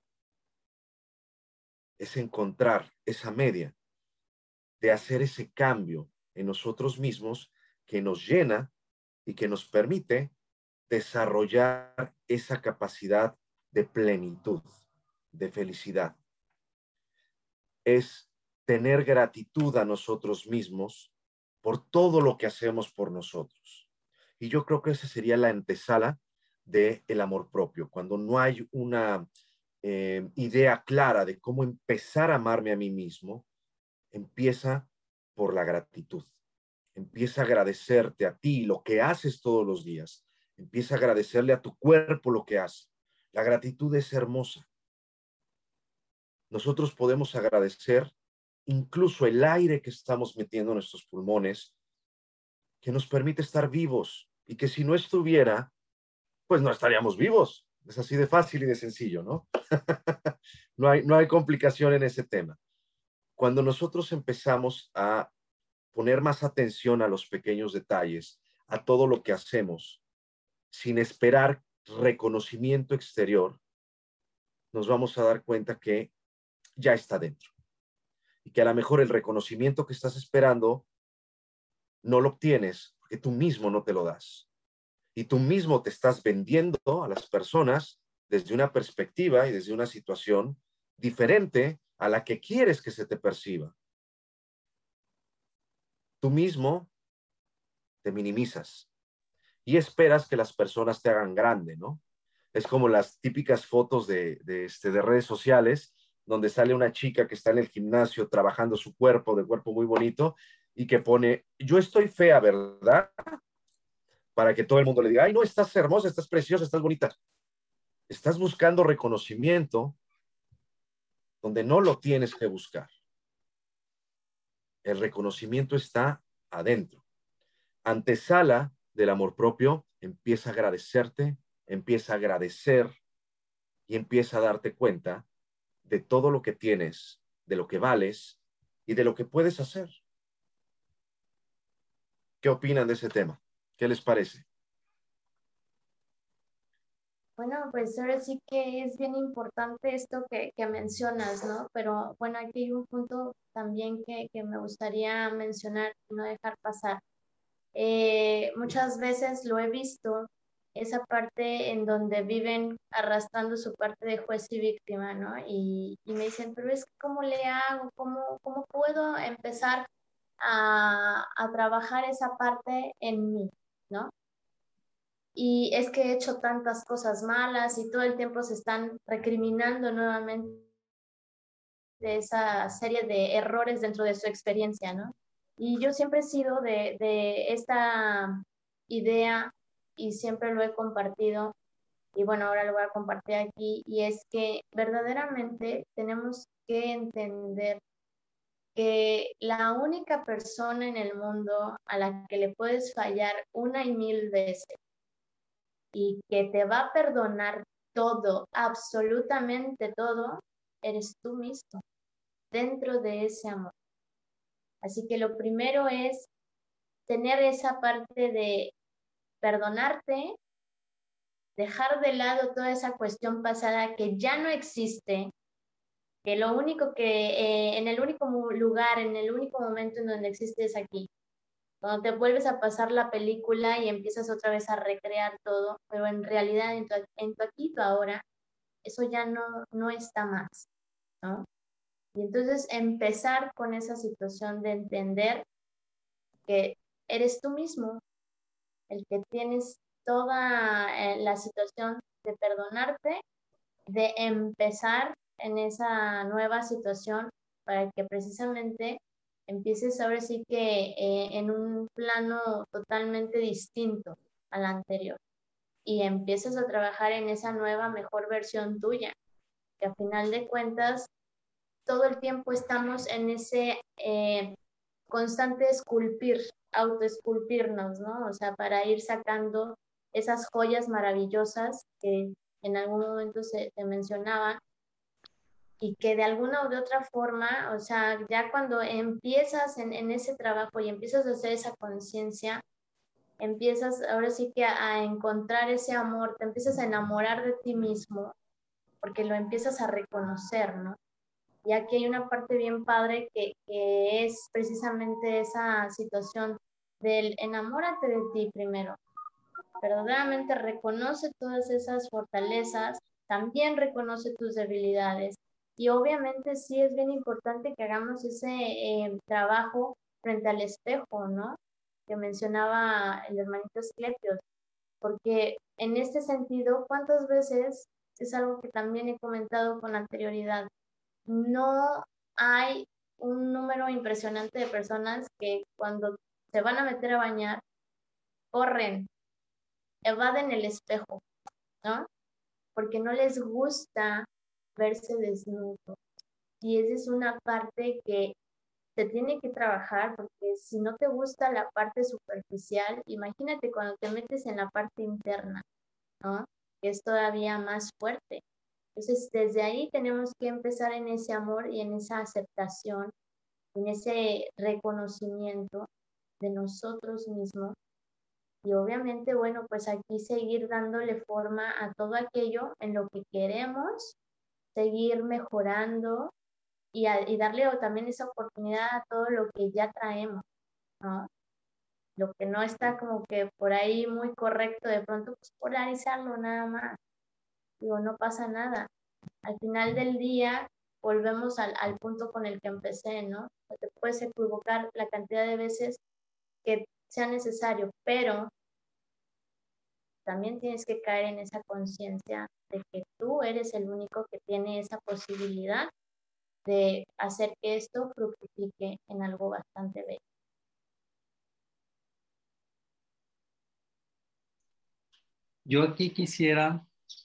Es encontrar esa media de hacer ese cambio en nosotros mismos que nos llena y que nos permite desarrollar esa capacidad de plenitud, de felicidad. Es tener gratitud a nosotros mismos por todo lo que hacemos por nosotros. Y yo creo que esa sería la antesala del amor propio, cuando no hay una idea clara de cómo empezar a amarme a mí mismo, empieza por la gratitud. Empieza a agradecerte a ti lo que haces todos los días. Empieza a agradecerle a tu cuerpo lo que hace. La gratitud es hermosa. Nosotros podemos agradecer incluso el aire que estamos metiendo en nuestros pulmones, que nos permite estar vivos y que si no estuviera, pues no estaríamos vivos. Es así de fácil y de sencillo, ¿no? No hay complicación en ese tema. Cuando nosotros empezamos a poner más atención a los pequeños detalles, a todo lo que hacemos, sin esperar reconocimiento exterior, nos vamos a dar cuenta que ya está dentro. Y que a lo mejor el reconocimiento que estás esperando no lo obtienes porque tú mismo no te lo das. Y tú mismo te estás vendiendo a las personas desde una perspectiva y desde una situación diferente a la que quieres que se te perciba. Tú mismo te minimizas y esperas que las personas te hagan grande, ¿no? Es como las típicas fotos de redes sociales donde sale una chica que está en el gimnasio trabajando su cuerpo, de cuerpo muy bonito, y que pone, yo estoy fea, ¿verdad? Para que todo el mundo le diga, ay, no, estás hermosa, estás preciosa, estás bonita. Estás buscando reconocimiento donde no lo tienes que buscar. El reconocimiento está adentro. Antesala del amor propio, empieza a agradecerte, empieza a agradecer y empieza a darte cuenta de todo lo que tienes, de lo que vales y de lo que puedes hacer. ¿Qué opinan de ese tema? ¿Qué les parece? Bueno, pues ahora sí que es bien importante esto que mencionas, ¿no? Pero bueno, aquí hay un punto también que me gustaría mencionar y no dejar pasar. Muchas veces lo he visto, esa parte en donde viven arrastrando su parte de juez y víctima, ¿no? Y me dicen, pero es que ¿cómo le hago? ¿Cómo puedo empezar a trabajar esa parte en mí, ¿no? Y es que he hecho tantas cosas malas y todo el tiempo se están recriminando nuevamente de esa serie de errores dentro de su experiencia, ¿no? Y yo siempre he sido de esta idea y siempre lo he compartido y bueno, ahora lo voy a compartir aquí y es que verdaderamente tenemos que entender que la única persona en el mundo a la que le puedes fallar una y mil veces y que te va a perdonar todo, absolutamente todo, eres tú mismo dentro de ese amor. Así que lo primero es tener esa parte de perdonarte, dejar de lado toda esa cuestión pasada que ya no existe, que lo único que, en el único lugar, en el único momento en donde existe es aquí. Cuando te vuelves a pasar la película y empiezas otra vez a recrear todo, pero en realidad en tu aquí, tu ahora, eso ya no está más, ¿no? Y entonces empezar con esa situación de entender que eres tú mismo el que tienes toda la situación de perdonarte, de empezar en esa nueva situación para que precisamente empieces ahora sí que en un plano totalmente distinto al anterior y empieces a trabajar en esa nueva mejor versión tuya, que a final de cuentas todo el tiempo estamos en ese constante esculpir, autoesculpirnos, ¿no? O sea, para ir sacando esas joyas maravillosas que en algún momento se mencionaban y que de alguna u de otra forma, o sea, ya cuando empiezas en ese trabajo y empiezas a hacer esa conciencia, empiezas ahora sí que a encontrar ese amor, te empiezas a enamorar de ti mismo, porque lo empiezas a reconocer, ¿no? Y aquí hay una parte bien padre que es precisamente esa situación del enamórate de ti primero. Verdaderamente reconoce todas esas fortalezas, también reconoce tus debilidades. Y obviamente sí es bien importante que hagamos ese trabajo frente al espejo, ¿no? Que mencionaba el hermanito Esclepios. Porque en este sentido, ¿cuántas veces es algo que también he comentado con anterioridad? No hay un número impresionante de personas que cuando se van a meter a bañar, corren, evaden el espejo, ¿no? porque no les gusta verse desnudos. Y esa es una parte que se tiene que trabajar, porque si no te gusta la parte superficial, imagínate cuando te metes en la parte interna, ¿no? Que es todavía más fuerte. Entonces, desde ahí tenemos que empezar en ese amor y en esa aceptación, en ese reconocimiento de nosotros mismos. Y obviamente, bueno, pues aquí seguir dándole forma a todo aquello en lo que queremos, seguir mejorando y darle también esa oportunidad a todo lo que ya traemos, ¿no? Lo que no está como que por ahí muy correcto, de pronto pues polarizarlo nada más. Digo, no pasa nada. Al final del día volvemos al punto con el que empecé, ¿no? Te puedes equivocar la cantidad de veces que sea necesario, pero también tienes que caer en esa conciencia de que tú eres el único que tiene esa posibilidad de hacer que esto fructifique en algo bastante bello. Yo aquí quisiera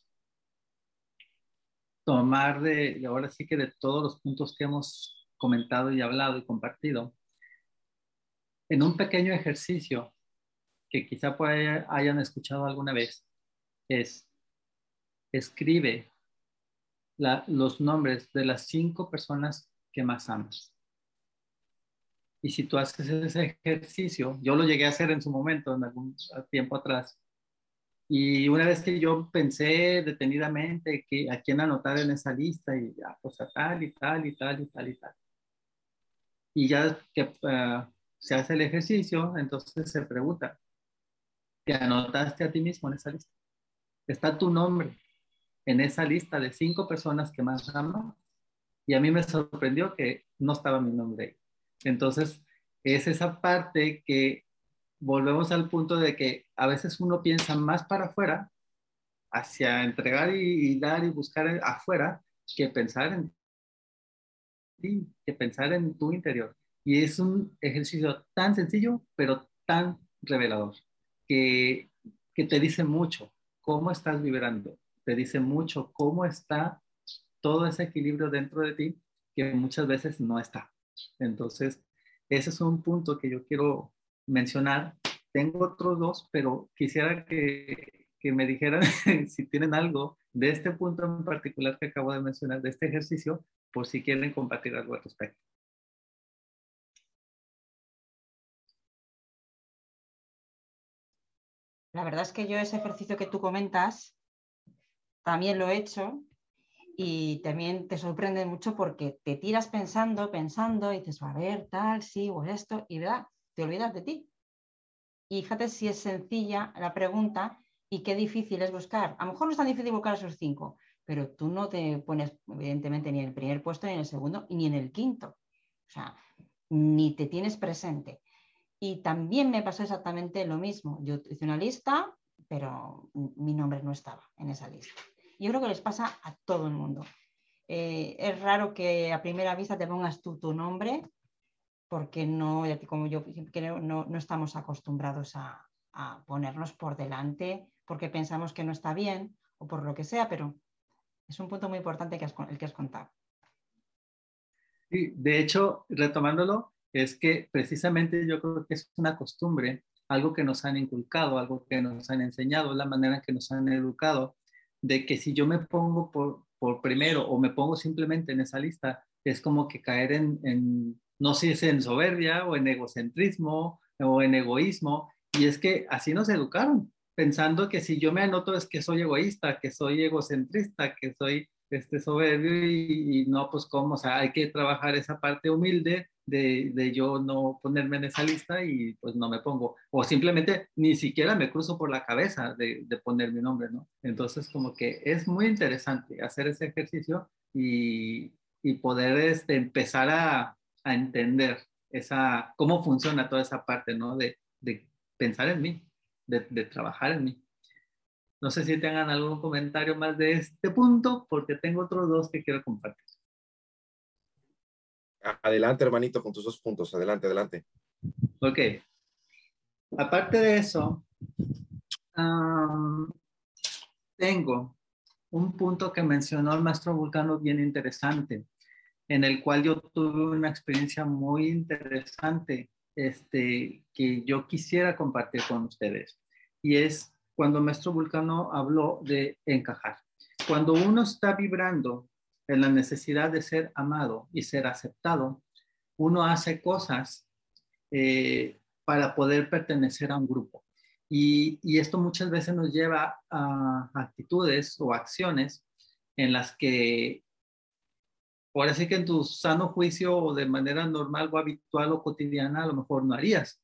tomar ahora sí que de todos los puntos que hemos comentado y hablado y compartido, en un pequeño ejercicio que quizá hayan escuchado alguna vez, es escribe los nombres de las 5 personas que más amas. Y si tú haces ese ejercicio, yo lo llegué a hacer en su momento, en algún tiempo atrás, y una vez que yo pensé detenidamente que a quién anotar en esa lista, y ya, pues a tal y tal y tal y tal y tal. Y ya que se hace el ejercicio, entonces se pregunta, ¿te anotaste a ti mismo en esa lista? ¿Está tu nombre en esa lista de 5 personas que más amas? Y a mí me sorprendió que no estaba mi nombre ahí. Entonces, es esa parte que volvemos al punto de que a veces uno piensa más para afuera, hacia entregar y dar y buscar afuera, que pensar en ti, que pensar en tu interior. Y es un ejercicio tan sencillo, pero tan revelador, que, que te dice mucho cómo estás vibrando, te dice mucho cómo está todo ese equilibrio dentro de ti que muchas veces no está. Entonces, ese es un punto que yo quiero mencionar. Tengo otros 2, pero quisiera que me dijeran si tienen algo de este punto en particular que acabo de mencionar, de este ejercicio, por si quieren compartir algo al respecto. La verdad es que yo ese ejercicio que tú comentas también lo he hecho y también te sorprende mucho porque te tiras pensando, y dices, a ver, tal, sí, o esto, y ¿verdad? Te olvidas de ti. Y fíjate si es sencilla la pregunta y qué difícil es buscar. A lo mejor no es tan difícil buscar esos 5, pero tú no te pones, evidentemente, ni en el primer puesto, ni en el segundo, ni en el quinto. O sea, ni te tienes presente. Y también me pasó exactamente lo mismo. Yo hice una lista, pero mi nombre no estaba en esa lista. Yo creo que les pasa a todo el mundo. Es raro que a primera vista te pongas tú tu nombre, porque no, como yo creo, no estamos acostumbrados a ponernos por delante porque pensamos que no está bien o por lo que sea, pero es un punto muy importante el que has contado. Sí, de hecho, retomándolo, es que precisamente yo creo que es una costumbre, algo que nos han inculcado, algo que nos han enseñado, la manera en que nos han educado, de que si yo me pongo por primero o me pongo simplemente en esa lista, es como que caer no sé si en soberbia o en egocentrismo o en egoísmo, y es que así nos educaron, pensando que si yo me anoto es que soy egoísta, que soy egocentrista, que soy soberbio y no, pues cómo, o sea, hay que trabajar esa parte humilde de yo no ponerme en esa lista y pues no me pongo, o simplemente ni siquiera me cruzo por la cabeza de poner mi nombre, ¿no? Entonces como que es muy interesante hacer ese ejercicio y poder empezar a entender cómo funciona toda esa parte, ¿no? De pensar en mí, de trabajar en mí. No sé si tengan algún comentario más de este punto, porque tengo otros 2 que quiero compartir. Adelante, hermanito, con tus 2 puntos. Adelante, adelante. Ok. Aparte de eso, tengo un punto que mencionó el maestro Vulcano bien interesante, en el cual yo tuve una experiencia muy interesante que yo quisiera compartir con ustedes. Y es cuando el maestro Vulcano habló de encajar. Cuando uno está vibrando en la necesidad de ser amado y ser aceptado, uno hace cosas para poder pertenecer a un grupo. Y esto muchas veces nos lleva a actitudes o acciones en las que, por así que en tu sano juicio o de manera normal o habitual o cotidiana, a lo mejor no harías.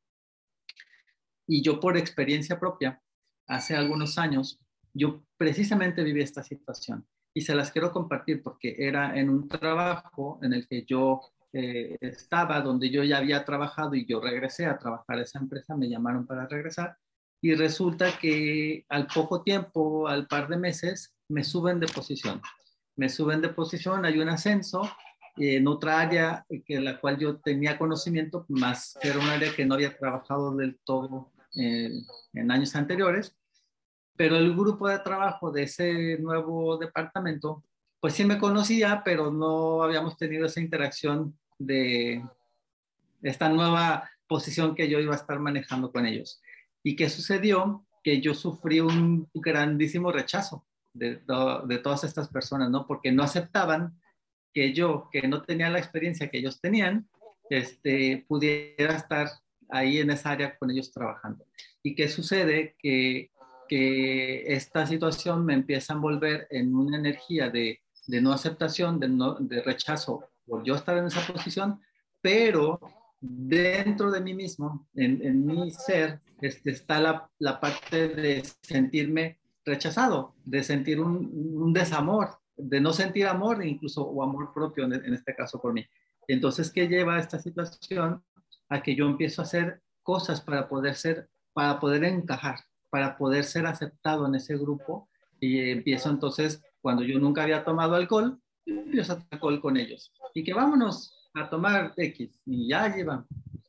Y yo por experiencia propia, hace algunos años, yo precisamente viví esta situación y se las quiero compartir porque era en un trabajo en el que yo estaba, donde yo ya había trabajado y yo regresé a trabajar a esa empresa, me llamaron para regresar y resulta que al poco tiempo, al par de meses, me suben de posición. Me suben de posición, hay un ascenso en otra área que la cual yo tenía conocimiento, más que era un área que no había trabajado del todo en años anteriores, pero el grupo de trabajo de ese nuevo departamento, pues sí me conocía, pero no habíamos tenido esa interacción de esta nueva posición que yo iba a estar manejando con ellos. ¿Y qué sucedió? Que yo sufrí un grandísimo rechazo de todas estas personas, ¿no? Porque no aceptaban que yo, que no tenía la experiencia que ellos tenían, pudiera estar ahí en esa área con ellos trabajando. ¿Y qué sucede? Que esta situación me empieza a envolver en una energía de no aceptación, de rechazo por yo estar en esa posición, pero dentro de mí mismo, en mi ser, está la parte de sentirme rechazado, de sentir un desamor, de no sentir amor, incluso o amor propio en este caso por mí. Entonces, ¿qué lleva a esta situación? A que yo empiezo a hacer cosas para poder encajar, para poder ser aceptado en ese grupo y empiezo entonces, cuando yo nunca había tomado alcohol, empiezo a tomar alcohol con ellos y que vámonos a tomar X y ya llevan.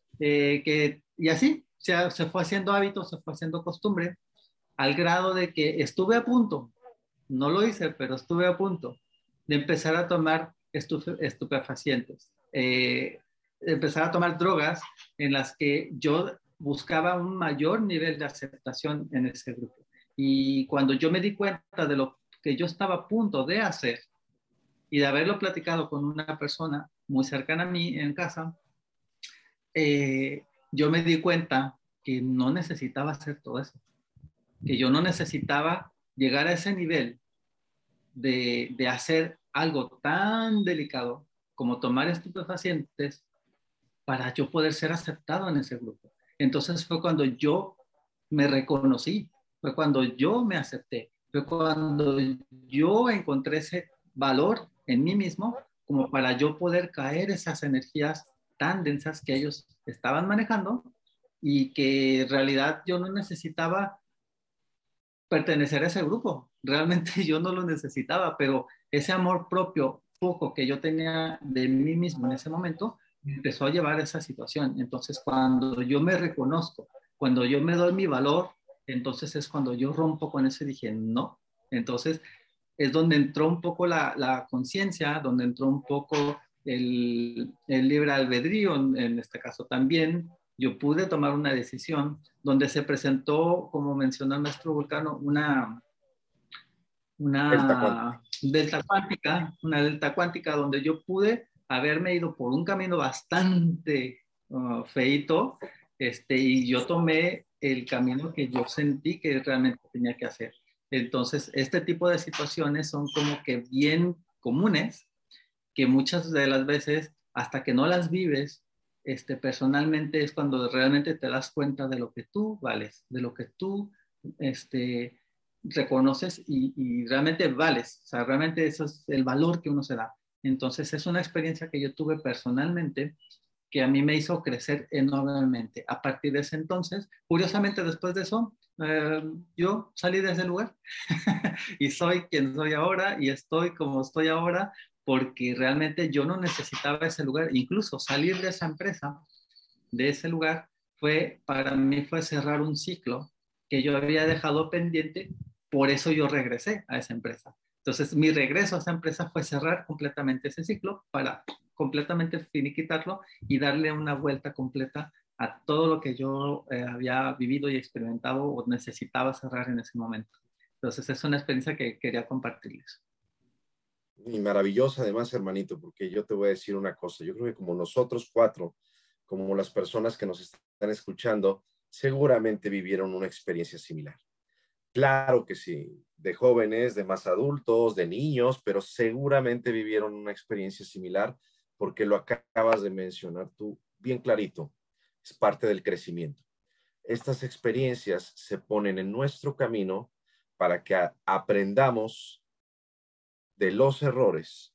Y así se fue haciendo hábito, se fue haciendo costumbre, al grado de que estuve a punto, no lo hice, pero estuve a punto de empezar a tomar estupefacientes, empezar a tomar drogas en las que yo buscaba un mayor nivel de aceptación en ese grupo. Y cuando yo me di cuenta de lo que yo estaba a punto de hacer y de haberlo platicado con una persona muy cercana a mí en casa, yo me di cuenta que no necesitaba hacer todo eso, que yo no necesitaba llegar a ese nivel de hacer algo tan delicado como tomar estupefacientes para yo poder ser aceptado en ese grupo. Entonces fue cuando yo me reconocí, fue cuando yo me acepté, fue cuando yo encontré ese valor en mí mismo como para yo poder caer esas energías tan densas que ellos estaban manejando y que en realidad yo no necesitaba pertenecer a ese grupo. Realmente yo no lo necesitaba, pero ese amor propio poco que yo tenía de mí mismo en ese momento me empezó a llevar a esa situación. Entonces, cuando yo me reconozco, cuando yo me doy mi valor, entonces es cuando yo rompo con eso y dije, no. Entonces, es donde entró un poco la conciencia, donde entró un poco el libre albedrío, en este caso también, yo pude tomar una decisión donde se presentó, como mencionó el maestro Vulcano, una delta cuántica donde yo pude haberme ido por un camino bastante feito, y yo tomé el camino que yo sentí que realmente tenía que hacer. Entonces, este tipo de situaciones son como que bien comunes, que muchas de las veces, hasta que no las vives, personalmente es cuando realmente te das cuenta de lo que tú vales, de lo que tú reconoces y realmente vales. O sea, realmente eso es el valor que uno se da. Entonces, es una experiencia que yo tuve personalmente que a mí me hizo crecer enormemente. A partir de ese entonces, curiosamente después de eso, yo salí de ese lugar y soy quien soy ahora y estoy como estoy ahora porque realmente yo no necesitaba ese lugar. Incluso salir de esa empresa, de ese lugar, para mí fue cerrar un ciclo que yo había dejado pendiente, por eso yo regresé a esa empresa, Entonces, mi regreso a esa empresa fue cerrar completamente ese ciclo para completamente finiquitarlo y darle una vuelta completa a todo lo que yo había vivido y experimentado o necesitaba cerrar en ese momento. Entonces, es una experiencia que quería compartirles. Y maravillosa además, hermanito, porque yo te voy a decir una cosa. Yo creo que como nosotros cuatro, como las personas que nos están escuchando, seguramente vivieron una experiencia similar. Claro que sí, de jóvenes, de más adultos, de niños, pero seguramente vivieron una experiencia similar porque lo acabas de mencionar tú bien clarito. Es parte del crecimiento. Estas experiencias se ponen en nuestro camino para que aprendamos de los errores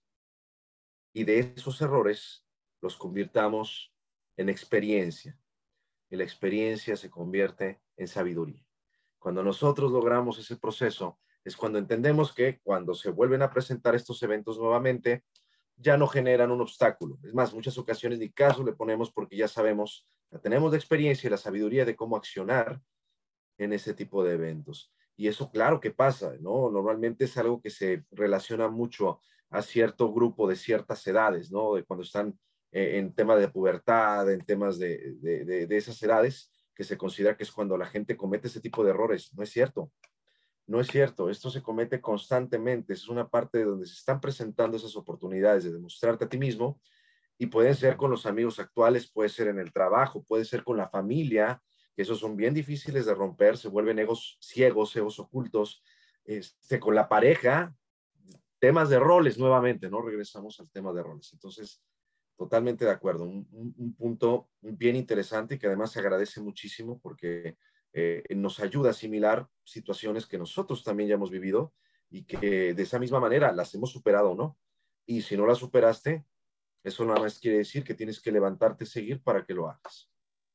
y de esos errores los convirtamos en experiencia. Y la experiencia se convierte en sabiduría. Cuando nosotros logramos ese proceso, es cuando entendemos que cuando se vuelven a presentar estos eventos nuevamente, ya no generan un obstáculo. Es más, muchas ocasiones ni caso le ponemos porque ya sabemos, ya tenemos la experiencia y la sabiduría de cómo accionar en ese tipo de eventos. Y eso, claro que pasa, ¿no? Normalmente es algo que se relaciona mucho a cierto grupo de ciertas edades, ¿no? De cuando están en temas de pubertad, en temas de esas edades, que se considera que es cuando la gente comete ese tipo de errores. No es cierto. No es cierto, esto se comete constantemente, es una parte de donde se están presentando esas oportunidades de demostrarte a ti mismo y pueden ser con los amigos actuales, puede ser en el trabajo, puede ser con la familia, que esos son bien difíciles de romper, se vuelven egos ciegos, egos ocultos, con la pareja, temas de roles nuevamente, ¿no? Regresamos al tema de roles. Entonces, totalmente de acuerdo, un punto bien interesante y que además se agradece muchísimo porque nos ayuda a asimilar situaciones que nosotros también ya hemos vivido y que de esa misma manera las hemos superado, ¿no? Y si no las superaste, eso nada más quiere decir que tienes que levantarte y seguir para que lo hagas.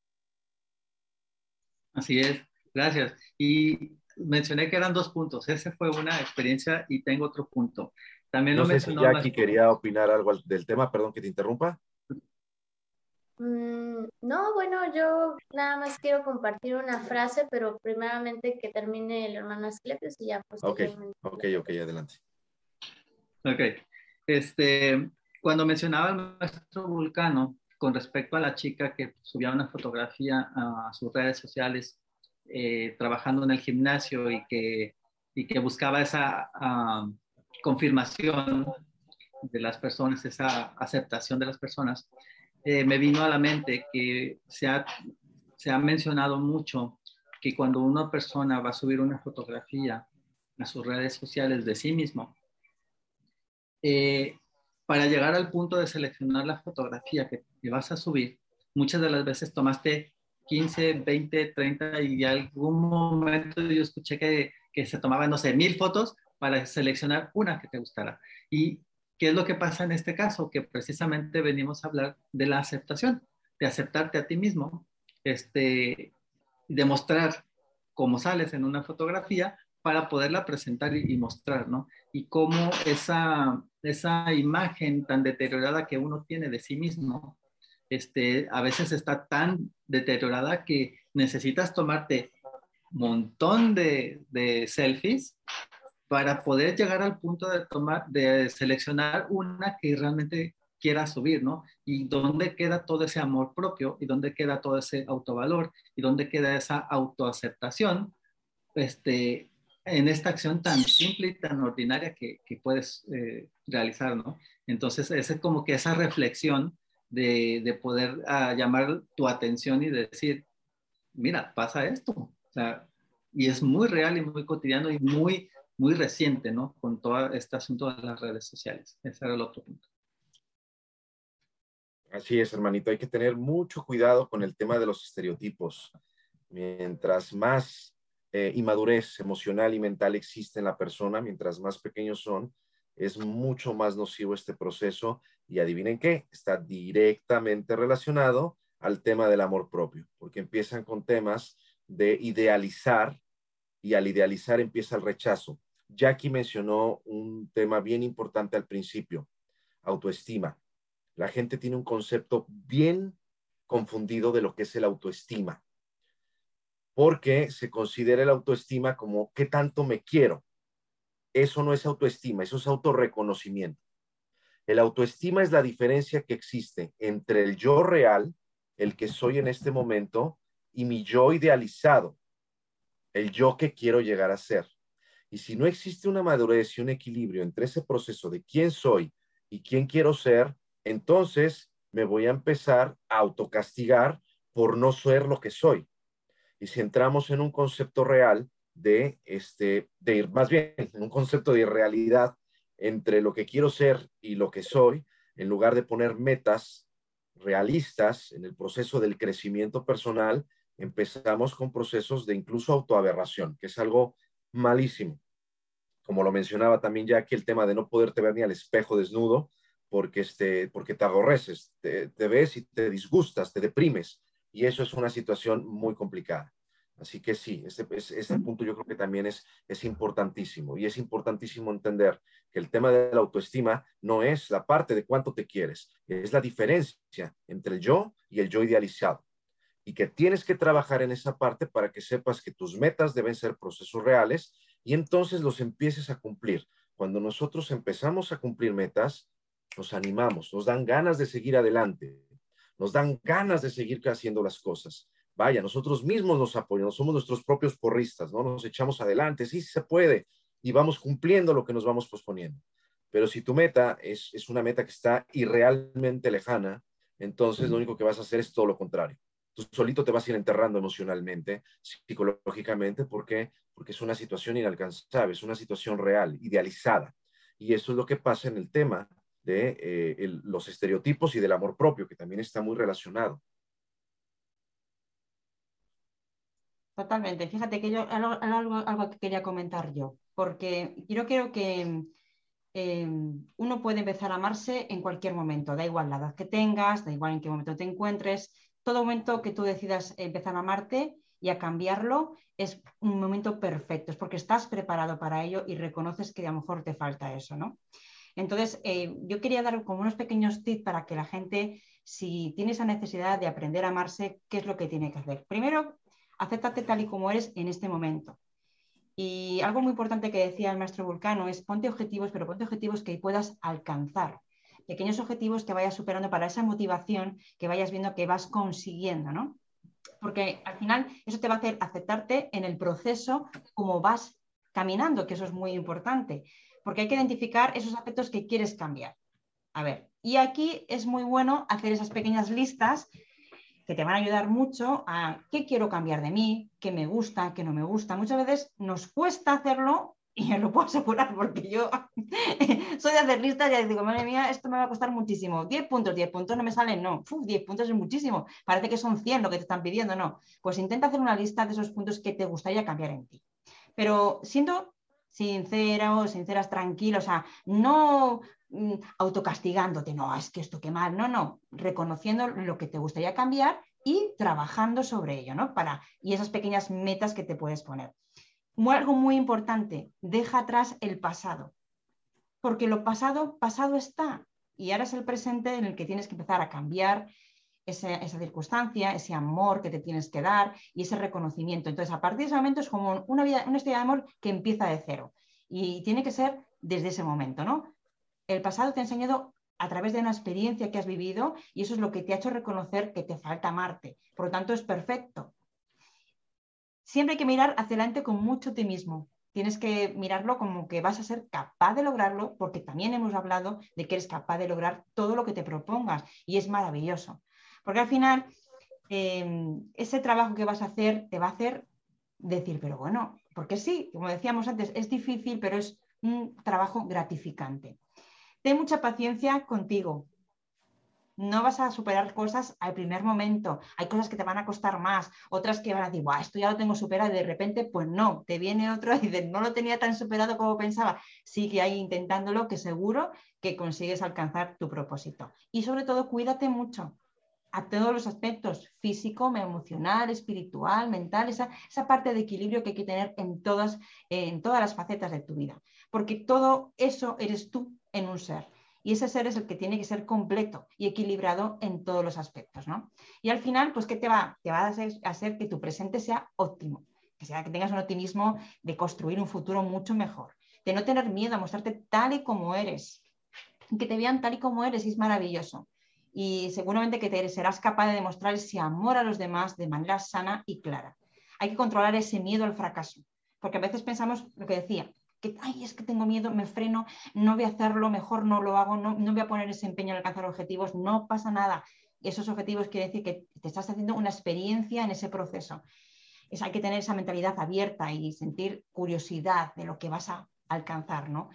Así es, gracias. Y mencioné que eran 2 puntos. Ese fue una experiencia y tengo otro punto. También No lo sé si mencionó Jackie nuestro... quería opinar algo del tema, perdón que te interrumpa. No, bueno, yo nada más quiero compartir una frase, pero primeramente que termine el hermano Asclepios y ya Ok, posteriormente. ok, adelante. Ok. Cuando mencionaba el maestro Vulcano con respecto a la chica que subía una fotografía a sus redes sociales trabajando en el gimnasio y que buscaba esa confirmación de las personas, esa aceptación de las personas, me vino a la mente que se ha mencionado mucho que cuando una persona va a subir una fotografía a sus redes sociales de sí mismo, eh, para llegar al punto de seleccionar la fotografía que vas a subir, muchas de las veces tomaste 15, 20, 30 y en algún momento yo escuché que se tomaban, no sé, 1000 fotos para seleccionar una que te gustara. ¿Y qué es lo que pasa en este caso? Que precisamente venimos a hablar de la aceptación, de aceptarte a ti mismo, demostrar cómo sales en una fotografía para poderla presentar y mostrar, ¿no? Y cómo esa imagen tan deteriorada que uno tiene de sí mismo, a veces está tan deteriorada que necesitas tomarte un montón de selfies para poder llegar al punto de seleccionar una que realmente quiera subir, ¿no? Y dónde queda todo ese amor propio y dónde queda todo ese autovalor y dónde queda esa autoaceptación, en esta acción tan simple y tan ordinaria que puedes realizar, ¿no? Entonces, es como que esa reflexión de poder llamar tu atención y decir, mira, pasa esto. O sea, y es muy real y muy cotidiano y muy reciente, ¿no? Con todo este asunto de las redes sociales. Ese era el otro punto. Así es, hermanito, hay que tener mucho cuidado con el tema de los estereotipos. Mientras más inmadurez emocional y mental existe en la persona, mientras más pequeños son, es mucho más nocivo este proceso y adivinen qué, está directamente relacionado al tema del amor propio, porque empiezan con temas de idealizar y al idealizar empieza el rechazo. Jackie mencionó un tema bien importante al principio, autoestima. La gente tiene un concepto bien confundido de lo que es el autoestima, porque se considera el autoestima como qué tanto me quiero. eso no es autoestima, eso es autorreconocimiento. El autoestima es la diferencia que existe entre el yo real, el que soy en este momento, y mi yo idealizado, el yo que quiero llegar a ser. Y si no existe una madurez y un equilibrio entre ese proceso de quién soy y quién quiero ser, entonces me voy a empezar a autocastigar por no ser lo que soy. Y si entramos en un concepto real más bien en un concepto de irrealidad entre lo que quiero ser y lo que soy, en lugar de poner metas realistas en el proceso del crecimiento personal, empezamos con procesos de incluso autoaberración, que es algo malísimo. Como lo mencionaba también ya aquí, el tema de no poderte ver ni al espejo desnudo porque te aborreces, te ves y te disgustas, te deprimes, y eso es una situación muy complicada. Así que sí, ese punto yo creo que también es importantísimo, y es importantísimo entender que el tema de la autoestima no es la parte de cuánto te quieres, es la diferencia entre el yo y el yo idealizado, y que tienes que trabajar en esa parte para que sepas que tus metas deben ser procesos reales y entonces los empieces a cumplir. Cuando nosotros empezamos a cumplir metas, nos animamos, nos dan ganas de seguir adelante, nos dan ganas de seguir haciendo las cosas. Vaya, nosotros mismos nos apoyamos, somos nuestros propios porristas, ¿no? Nos echamos adelante, sí se puede, y vamos cumpliendo lo que nos vamos posponiendo. Pero si tu meta es una meta que está irrealmente lejana, entonces lo único que vas a hacer es todo lo contrario. Tú solito te vas a ir enterrando emocionalmente, psicológicamente, ¿por qué? Porque es una situación inalcanzable, es una situación real, idealizada. Y eso es lo que pasa en el tema de los estereotipos y del amor propio, que también está muy relacionado. Totalmente. Fíjate que yo algo que quería comentar yo, porque yo creo que uno puede empezar a amarse en cualquier momento, da igual la edad que tengas, da igual en qué momento te encuentres, todo momento que tú decidas empezar a amarte y a cambiarlo es un momento perfecto, es porque estás preparado para ello y reconoces que a lo mejor te falta eso, ¿no? Entonces, yo quería dar como unos pequeños tips para que la gente, si tiene esa necesidad de aprender a amarse, ¿qué es lo que tiene que hacer? Primero, acéptate tal y como eres en este momento. Y algo muy importante que decía el maestro Vulcano es ponte objetivos, pero ponte objetivos que puedas alcanzar. Pequeños objetivos que vayas superando para esa motivación que vayas viendo que vas consiguiendo, ¿no? Porque al final eso te va a hacer aceptarte en el proceso como vas caminando, que eso es muy importante, porque hay que identificar esos aspectos que quieres cambiar. A ver, y aquí es muy bueno hacer esas pequeñas listas que te van a ayudar mucho a qué quiero cambiar de mí, qué me gusta, qué no me gusta. Muchas veces nos cuesta hacerlo y os lo puedo asegurar porque yo soy de hacer listas y digo, madre mía, esto me va a costar muchísimo. 10 puntos no me salen, no. 10 puntos es muchísimo. Parece que son 100 lo que te están pidiendo, no. Pues intenta hacer una lista de esos puntos que te gustaría cambiar en ti. Pero siendo sincera, sinceras, tranquilos, o sea, no autocastigándote, no, es que esto qué mal, no, reconociendo lo que te gustaría cambiar y trabajando sobre ello, ¿no? Y esas pequeñas metas que te puedes poner. Algo muy importante, deja atrás el pasado, porque lo pasado está, y ahora es el presente en el que tienes que empezar a cambiar esa circunstancia, ese amor que te tienes que dar y ese reconocimiento. Entonces, a partir de ese momento es como una historia de amor que empieza de cero y tiene que ser desde ese momento, ¿no? El pasado te ha enseñado a través de una experiencia que has vivido y eso es lo que te ha hecho reconocer que te falta amarte. Por lo tanto, es perfecto. Siempre hay que mirar hacia adelante con mucho optimismo. Tienes que mirarlo como que vas a ser capaz de lograrlo, porque también hemos hablado de que eres capaz de lograr todo lo que te propongas y es maravilloso. Porque al final, ese trabajo que vas a hacer te va a hacer decir, pero bueno, porque sí, como decíamos antes, es difícil, pero es un trabajo gratificante. Ten mucha paciencia contigo. No vas a superar cosas al primer momento. Hay cosas que te van a costar más, otras que van a decir, esto ya lo tengo superado y de repente, pues no, te viene otro y dices, no lo tenía tan superado como pensaba. Sigue ahí intentándolo, que seguro que consigues alcanzar tu propósito. Y sobre todo, cuídate mucho a todos los aspectos, físico, emocional, espiritual, mental, esa parte de equilibrio que hay que tener en todas las facetas de tu vida. Porque todo eso eres tú en un ser. Y ese ser es el que tiene que ser completo y equilibrado en todos los aspectos, ¿no? Y al final, pues, ¿qué te va? Te va a hacer que tu presente sea óptimo, que tengas un optimismo de construir un futuro mucho mejor. de no tener miedo a mostrarte tal y como eres, que te vean tal y como eres, y es maravilloso. Y seguramente que te serás capaz de demostrar ese amor a los demás de manera sana y clara. Hay que controlar ese miedo al fracaso, porque a veces pensamos lo que decía, que ay, es que tengo miedo, me freno, no voy a hacerlo, mejor no lo hago, no voy a poner ese empeño en alcanzar objetivos, no pasa nada. Esos objetivos quiere decir que te estás haciendo una experiencia en ese proceso. Hay que tener esa mentalidad abierta y sentir curiosidad de lo que vas a alcanzar, ¿no?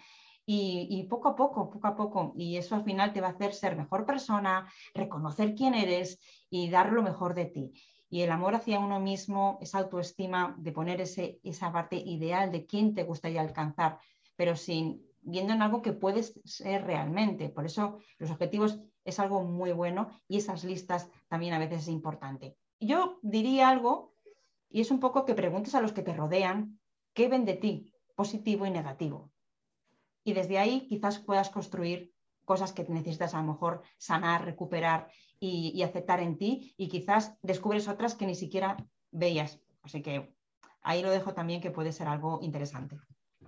Y poco a poco, y eso al final te va a hacer ser mejor persona, reconocer quién eres y dar lo mejor de ti. Y el amor hacia uno mismo, esa autoestima de poner esa parte ideal de quién te gustaría alcanzar, pero sin viendo en algo que puedes ser realmente. Por eso los objetivos es algo muy bueno y esas listas también a veces es importante. Yo diría algo, y es un poco que preguntes a los que te rodean qué ven de ti, positivo y negativo. Y desde ahí quizás puedas construir cosas que necesitas a lo mejor sanar, recuperar y aceptar en ti, y quizás descubres otras que ni siquiera veías. Así que ahí lo dejo también, que puede ser algo interesante.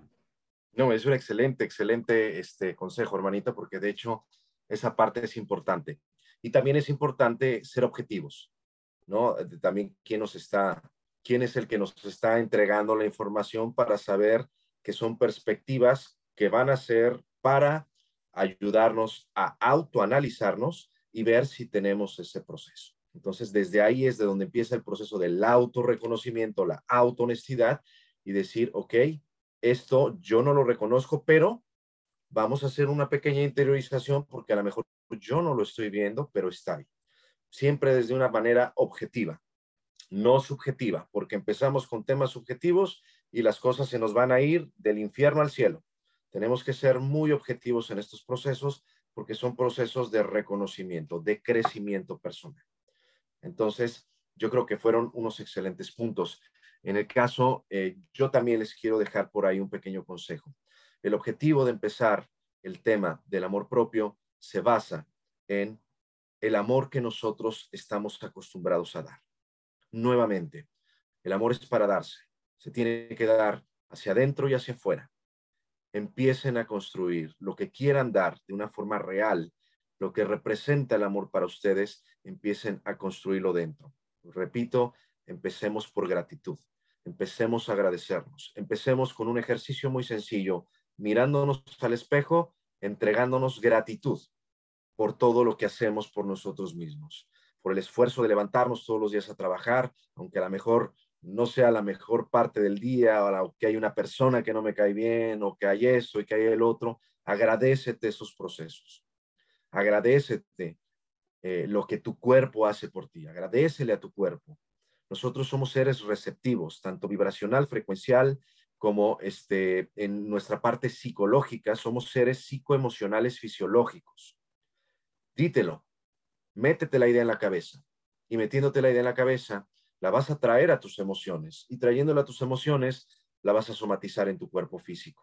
No, es un excelente, excelente consejo, hermanita, porque de hecho esa parte es importante. Y también es importante ser objetivos, ¿no? También quién es el que nos está entregando la información para saber que son perspectivas que van a ser para ayudarnos a autoanalizarnos y ver si tenemos ese proceso. Entonces, desde ahí es de donde empieza el proceso del autorreconocimiento, la autohonestidad y decir, ok, esto yo no lo reconozco, pero vamos a hacer una pequeña interiorización porque a lo mejor yo no lo estoy viendo, pero está ahí. Siempre desde una manera objetiva, no subjetiva, porque empezamos con temas subjetivos y las cosas se nos van a ir del infierno al cielo. Tenemos que ser muy objetivos en estos procesos porque son procesos de reconocimiento, de crecimiento personal. Entonces, yo creo que fueron unos excelentes puntos. En el caso, yo también les quiero dejar por ahí un pequeño consejo. El objetivo de empezar el tema del amor propio se basa en el amor que nosotros estamos acostumbrados a dar. Nuevamente, el amor es para darse. Se tiene que dar hacia adentro y hacia afuera. Empiecen a construir lo que quieran dar de una forma real, lo que representa el amor para ustedes, empiecen a construirlo dentro. Repito, empecemos por gratitud, empecemos a agradecernos, empecemos con un ejercicio muy sencillo, mirándonos al espejo, entregándonos gratitud por todo lo que hacemos por nosotros mismos, por el esfuerzo de levantarnos todos los días a trabajar, aunque a lo mejor no sea la mejor parte del día, o que hay una persona que no me cae bien, o que hay eso y que hay el otro. Agradécete esos procesos. Agradécete lo que tu cuerpo hace por ti. Agradécele a tu cuerpo. Nosotros somos seres receptivos, tanto vibracional, frecuencial, como en nuestra parte psicológica, somos seres psicoemocionales fisiológicos. Dítelo, métete la idea en la cabeza, y metiéndote la idea en la cabeza, la vas a traer a tus emociones, y trayéndola a tus emociones, la vas a somatizar en tu cuerpo físico,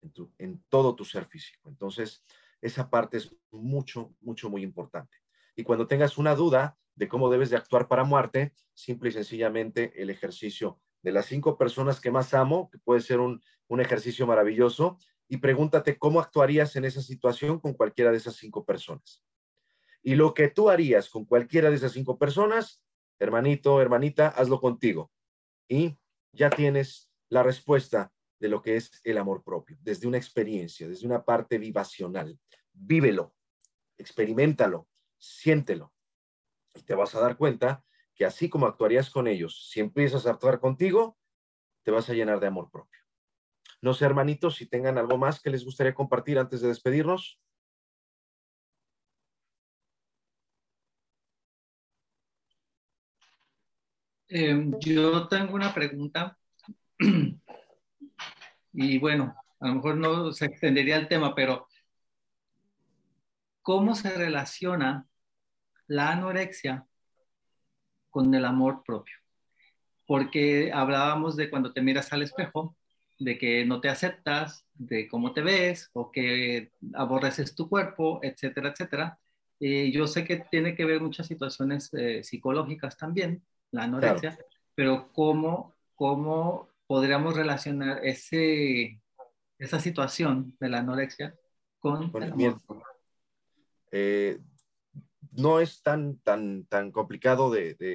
en todo tu ser físico. Entonces, esa parte es mucho, mucho, muy importante. Y cuando tengas una duda de cómo debes de actuar para amarte, simple y sencillamente el ejercicio de las 5 personas que más amo, que puede ser un ejercicio maravilloso, y pregúntate cómo actuarías en esa situación con cualquiera de esas 5 personas. Y lo que tú harías con cualquiera de esas 5 personas, hermanito, hermanita, hazlo contigo. Y ya tienes la respuesta de lo que es el amor propio, desde una experiencia, desde una parte vivacional. Vívelo, experiméntalo, siéntelo. Y te vas a dar cuenta que así como actuarías con ellos, si empiezas a actuar contigo, te vas a llenar de amor propio. No sé, hermanitos, si tengan algo más que les gustaría compartir antes de despedirnos. Yo tengo una pregunta y bueno, a lo mejor no se extendería el tema, pero ¿cómo se relaciona la anorexia con el amor propio? Porque hablábamos de cuando te miras al espejo, de que no te aceptas, de cómo te ves o que aborreces tu cuerpo, etcétera, etcétera. Yo sé que tiene que ver muchas situaciones psicológicas también, la Claro. anorexia, pero ¿cómo podríamos relacionar esa situación de la anorexia con Con el el amor miedo. propio. No es tan complicado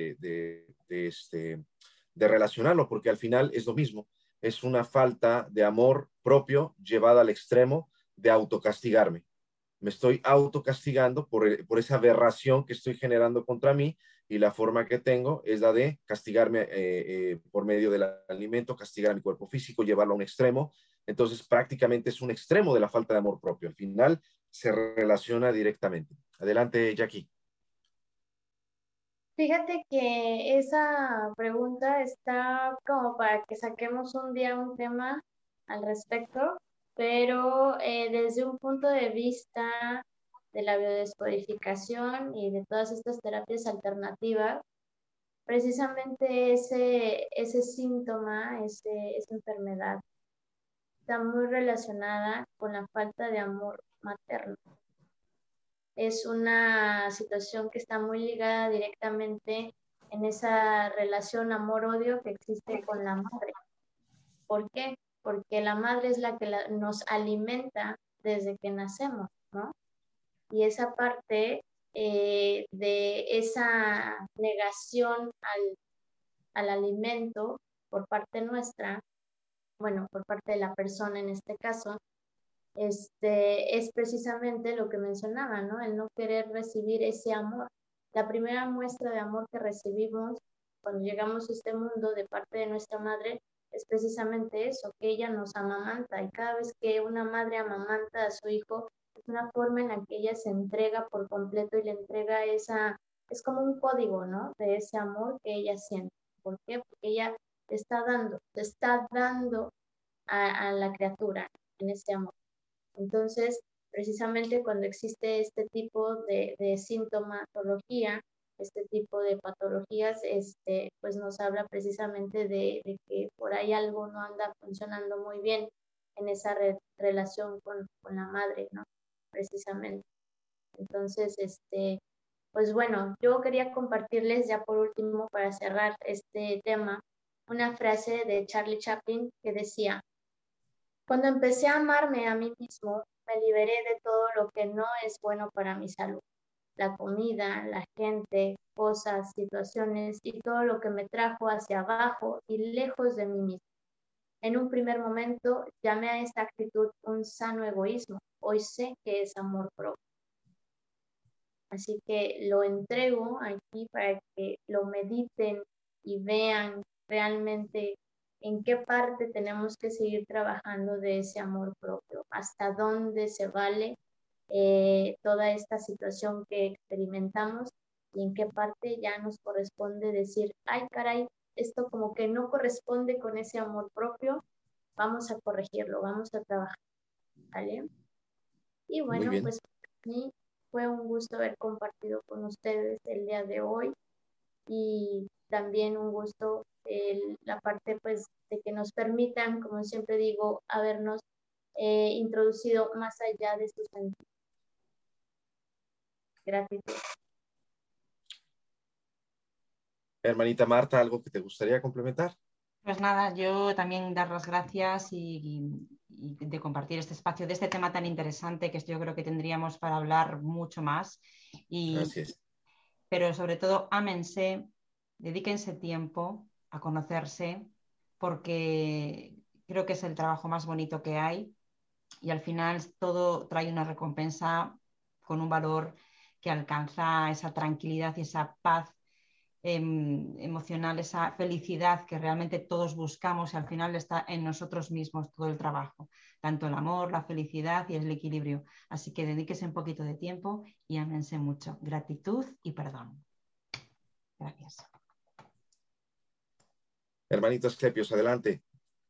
de relacionarlo, porque al final es lo mismo. Es una falta de amor propio llevada al extremo de autocastigarme. Me estoy autocastigando por esa aberración que estoy generando contra mí, y la forma que tengo es la de castigarme por medio del alimento, castigar a mi cuerpo físico, llevarlo a un extremo. Entonces prácticamente es un extremo de la falta de amor propio. Al final se relaciona directamente. Adelante, Jackie. Fíjate que esa pregunta está como para que saquemos un día un tema al respecto, pero desde un punto de vista de la biodescodificación y de todas estas terapias alternativas, precisamente ese síntoma, esa enfermedad, está muy relacionada con la falta de amor materno. Es una situación que está muy ligada directamente en esa relación amor-odio que existe con la madre. ¿Por qué? Porque la madre es la que nos alimenta desde que nacemos, ¿no? Y esa parte de esa negación al alimento por parte nuestra, bueno, por parte de la persona en este caso, es precisamente lo que mencionaba, ¿no? El no querer recibir ese amor. La primera muestra de amor que recibimos cuando llegamos a este mundo de parte de nuestra madre es precisamente eso, que ella nos amamanta, y cada vez que una madre amamanta a su hijo, es una forma en la que ella se entrega por completo y le entrega es como un código, ¿no? De ese amor que ella siente. ¿Por qué? Porque ella te está dando a la criatura en ese amor. Entonces, precisamente cuando existe este tipo de sintomatología, este tipo de patologías, pues nos habla precisamente de que por ahí algo no anda funcionando muy bien en esa relación con la madre, ¿no? Precisamente. Entonces, pues bueno, yo quería compartirles ya por último, para cerrar este tema, una frase de Charlie Chaplin que decía: cuando empecé a amarme a mí mismo, me liberé de todo lo que no es bueno para mi salud. La comida, la gente, cosas, situaciones y todo lo que me trajo hacia abajo y lejos de mí mismo. En un primer momento llamé a esta actitud un sano egoísmo. Hoy sé que es amor propio. Así que lo entrego aquí para que lo mediten y vean realmente en qué parte tenemos que seguir trabajando de ese amor propio, hasta dónde se vale toda esta situación que experimentamos, y en qué parte ya nos corresponde decir: ay caray, esto como que no corresponde con ese amor propio, vamos a corregirlo, vamos a trabajar, ¿vale? Y Muy bueno, bien. pues para mí fue un gusto haber compartido con ustedes el día de hoy, y también un gusto la parte pues de que nos permitan, como siempre digo, habernos introducido más allá de sus sentidos. Gratitud. Hermanita Marta, ¿algo que te gustaría complementar? Pues nada, yo también dar las gracias y de compartir este espacio de este tema tan interesante que yo creo que tendríamos para hablar mucho más. Así es. Pero sobre todo, ámense, dedíquense tiempo a conocerse, porque creo que es el trabajo más bonito que hay, y al final todo trae una recompensa con un valor que alcanza esa tranquilidad y esa paz emocional, esa felicidad que realmente todos buscamos, y al final está en nosotros mismos todo el trabajo, tanto el amor, la felicidad y el equilibrio. Así que dedíquese un poquito de tiempo y ámense mucho. Gratitud y perdón. Gracias. Hermanito Asclepios, adelante.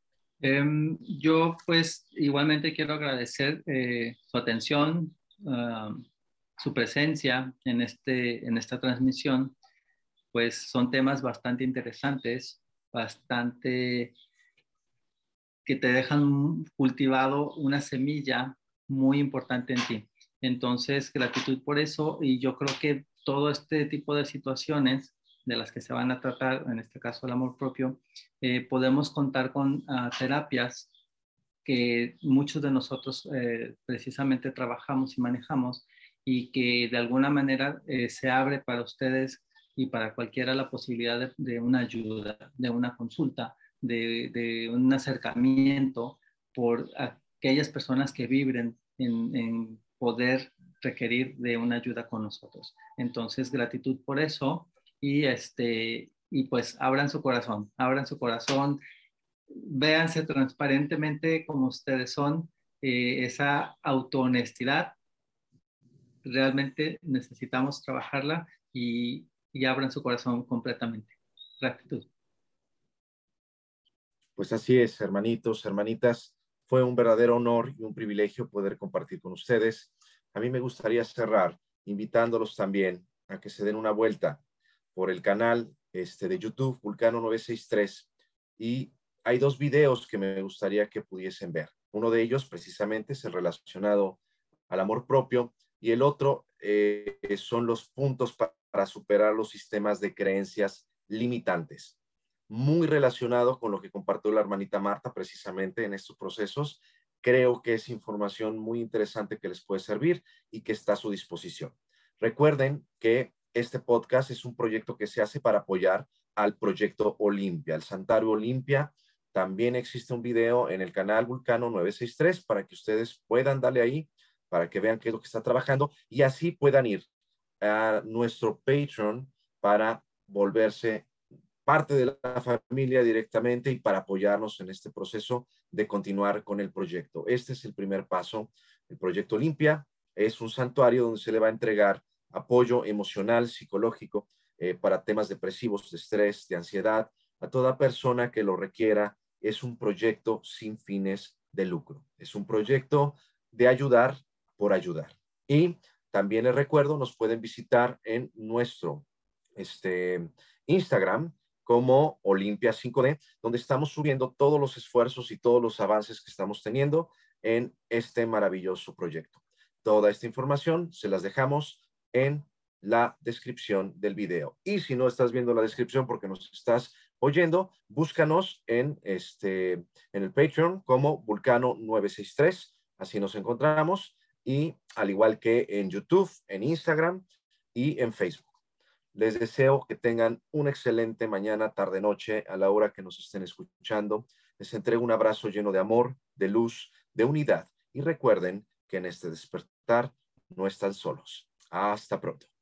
Yo pues igualmente quiero agradecer su atención, su presencia en esta transmisión. Pues son temas bastante interesantes, bastante que te dejan cultivado una semilla muy importante en ti. Entonces, gratitud por eso, y yo creo que todo este tipo de situaciones de las que se van a tratar, en este caso el amor propio, podemos contar con terapias que muchos de nosotros precisamente trabajamos y manejamos, y que de alguna manera se abre para ustedes y para cualquiera la posibilidad de una ayuda, de una consulta, de un acercamiento por aquellas personas que vibren en poder requerir de una ayuda con nosotros. Entonces, gratitud por eso, y pues abran su corazón, véanse transparentemente como ustedes son, esa autohonestidad realmente necesitamos trabajarla, y abran su corazón completamente. Gratitud. Pues así es, hermanitos, hermanitas. Fue un verdadero honor y un privilegio poder compartir con ustedes. A mí me gustaría cerrar invitándolos también a que se den una vuelta por el canal de YouTube, Vulcano 963, y hay dos videos que me gustaría que pudiesen ver. Uno de ellos precisamente es el relacionado al amor propio, y el otro son los puntos para superar los sistemas de creencias limitantes, muy relacionado con lo que compartió la hermanita Marta precisamente en estos procesos. Creo que es información muy interesante que les puede servir y que está a su disposición. Recuerden que este podcast es un proyecto que se hace para apoyar al proyecto Olimpia, el Santuario Olimpia. También existe un video en el canal Vulcano 963 para que ustedes puedan darle ahí, para que vean qué es lo que está trabajando, y así puedan ir a nuestro Patreon para volverse parte de la familia directamente y para apoyarnos en este proceso de continuar con el proyecto. Este es el primer paso. El proyecto Olimpia es un santuario donde se le va a entregar apoyo emocional, psicológico, para temas depresivos, de estrés, de ansiedad, a toda persona que lo requiera. Es un proyecto sin fines de lucro. Es un proyecto de ayudar por ayudar. Y también les recuerdo, nos pueden visitar en nuestro Instagram como Olimpia 5D, donde estamos subiendo todos los esfuerzos y todos los avances que estamos teniendo en este maravilloso proyecto. Toda esta información se las dejamos en la descripción del video. Y si no estás viendo la descripción porque nos estás oyendo, búscanos en el Patreon como Vulcano 963, así nos encontramos, y al igual que en YouTube, en Instagram y en Facebook. Les deseo que tengan una excelente mañana, tarde, noche, a la hora que nos estén escuchando. Les entrego un abrazo lleno de amor, de luz, de unidad. Y recuerden que en este despertar no están solos. Hasta pronto.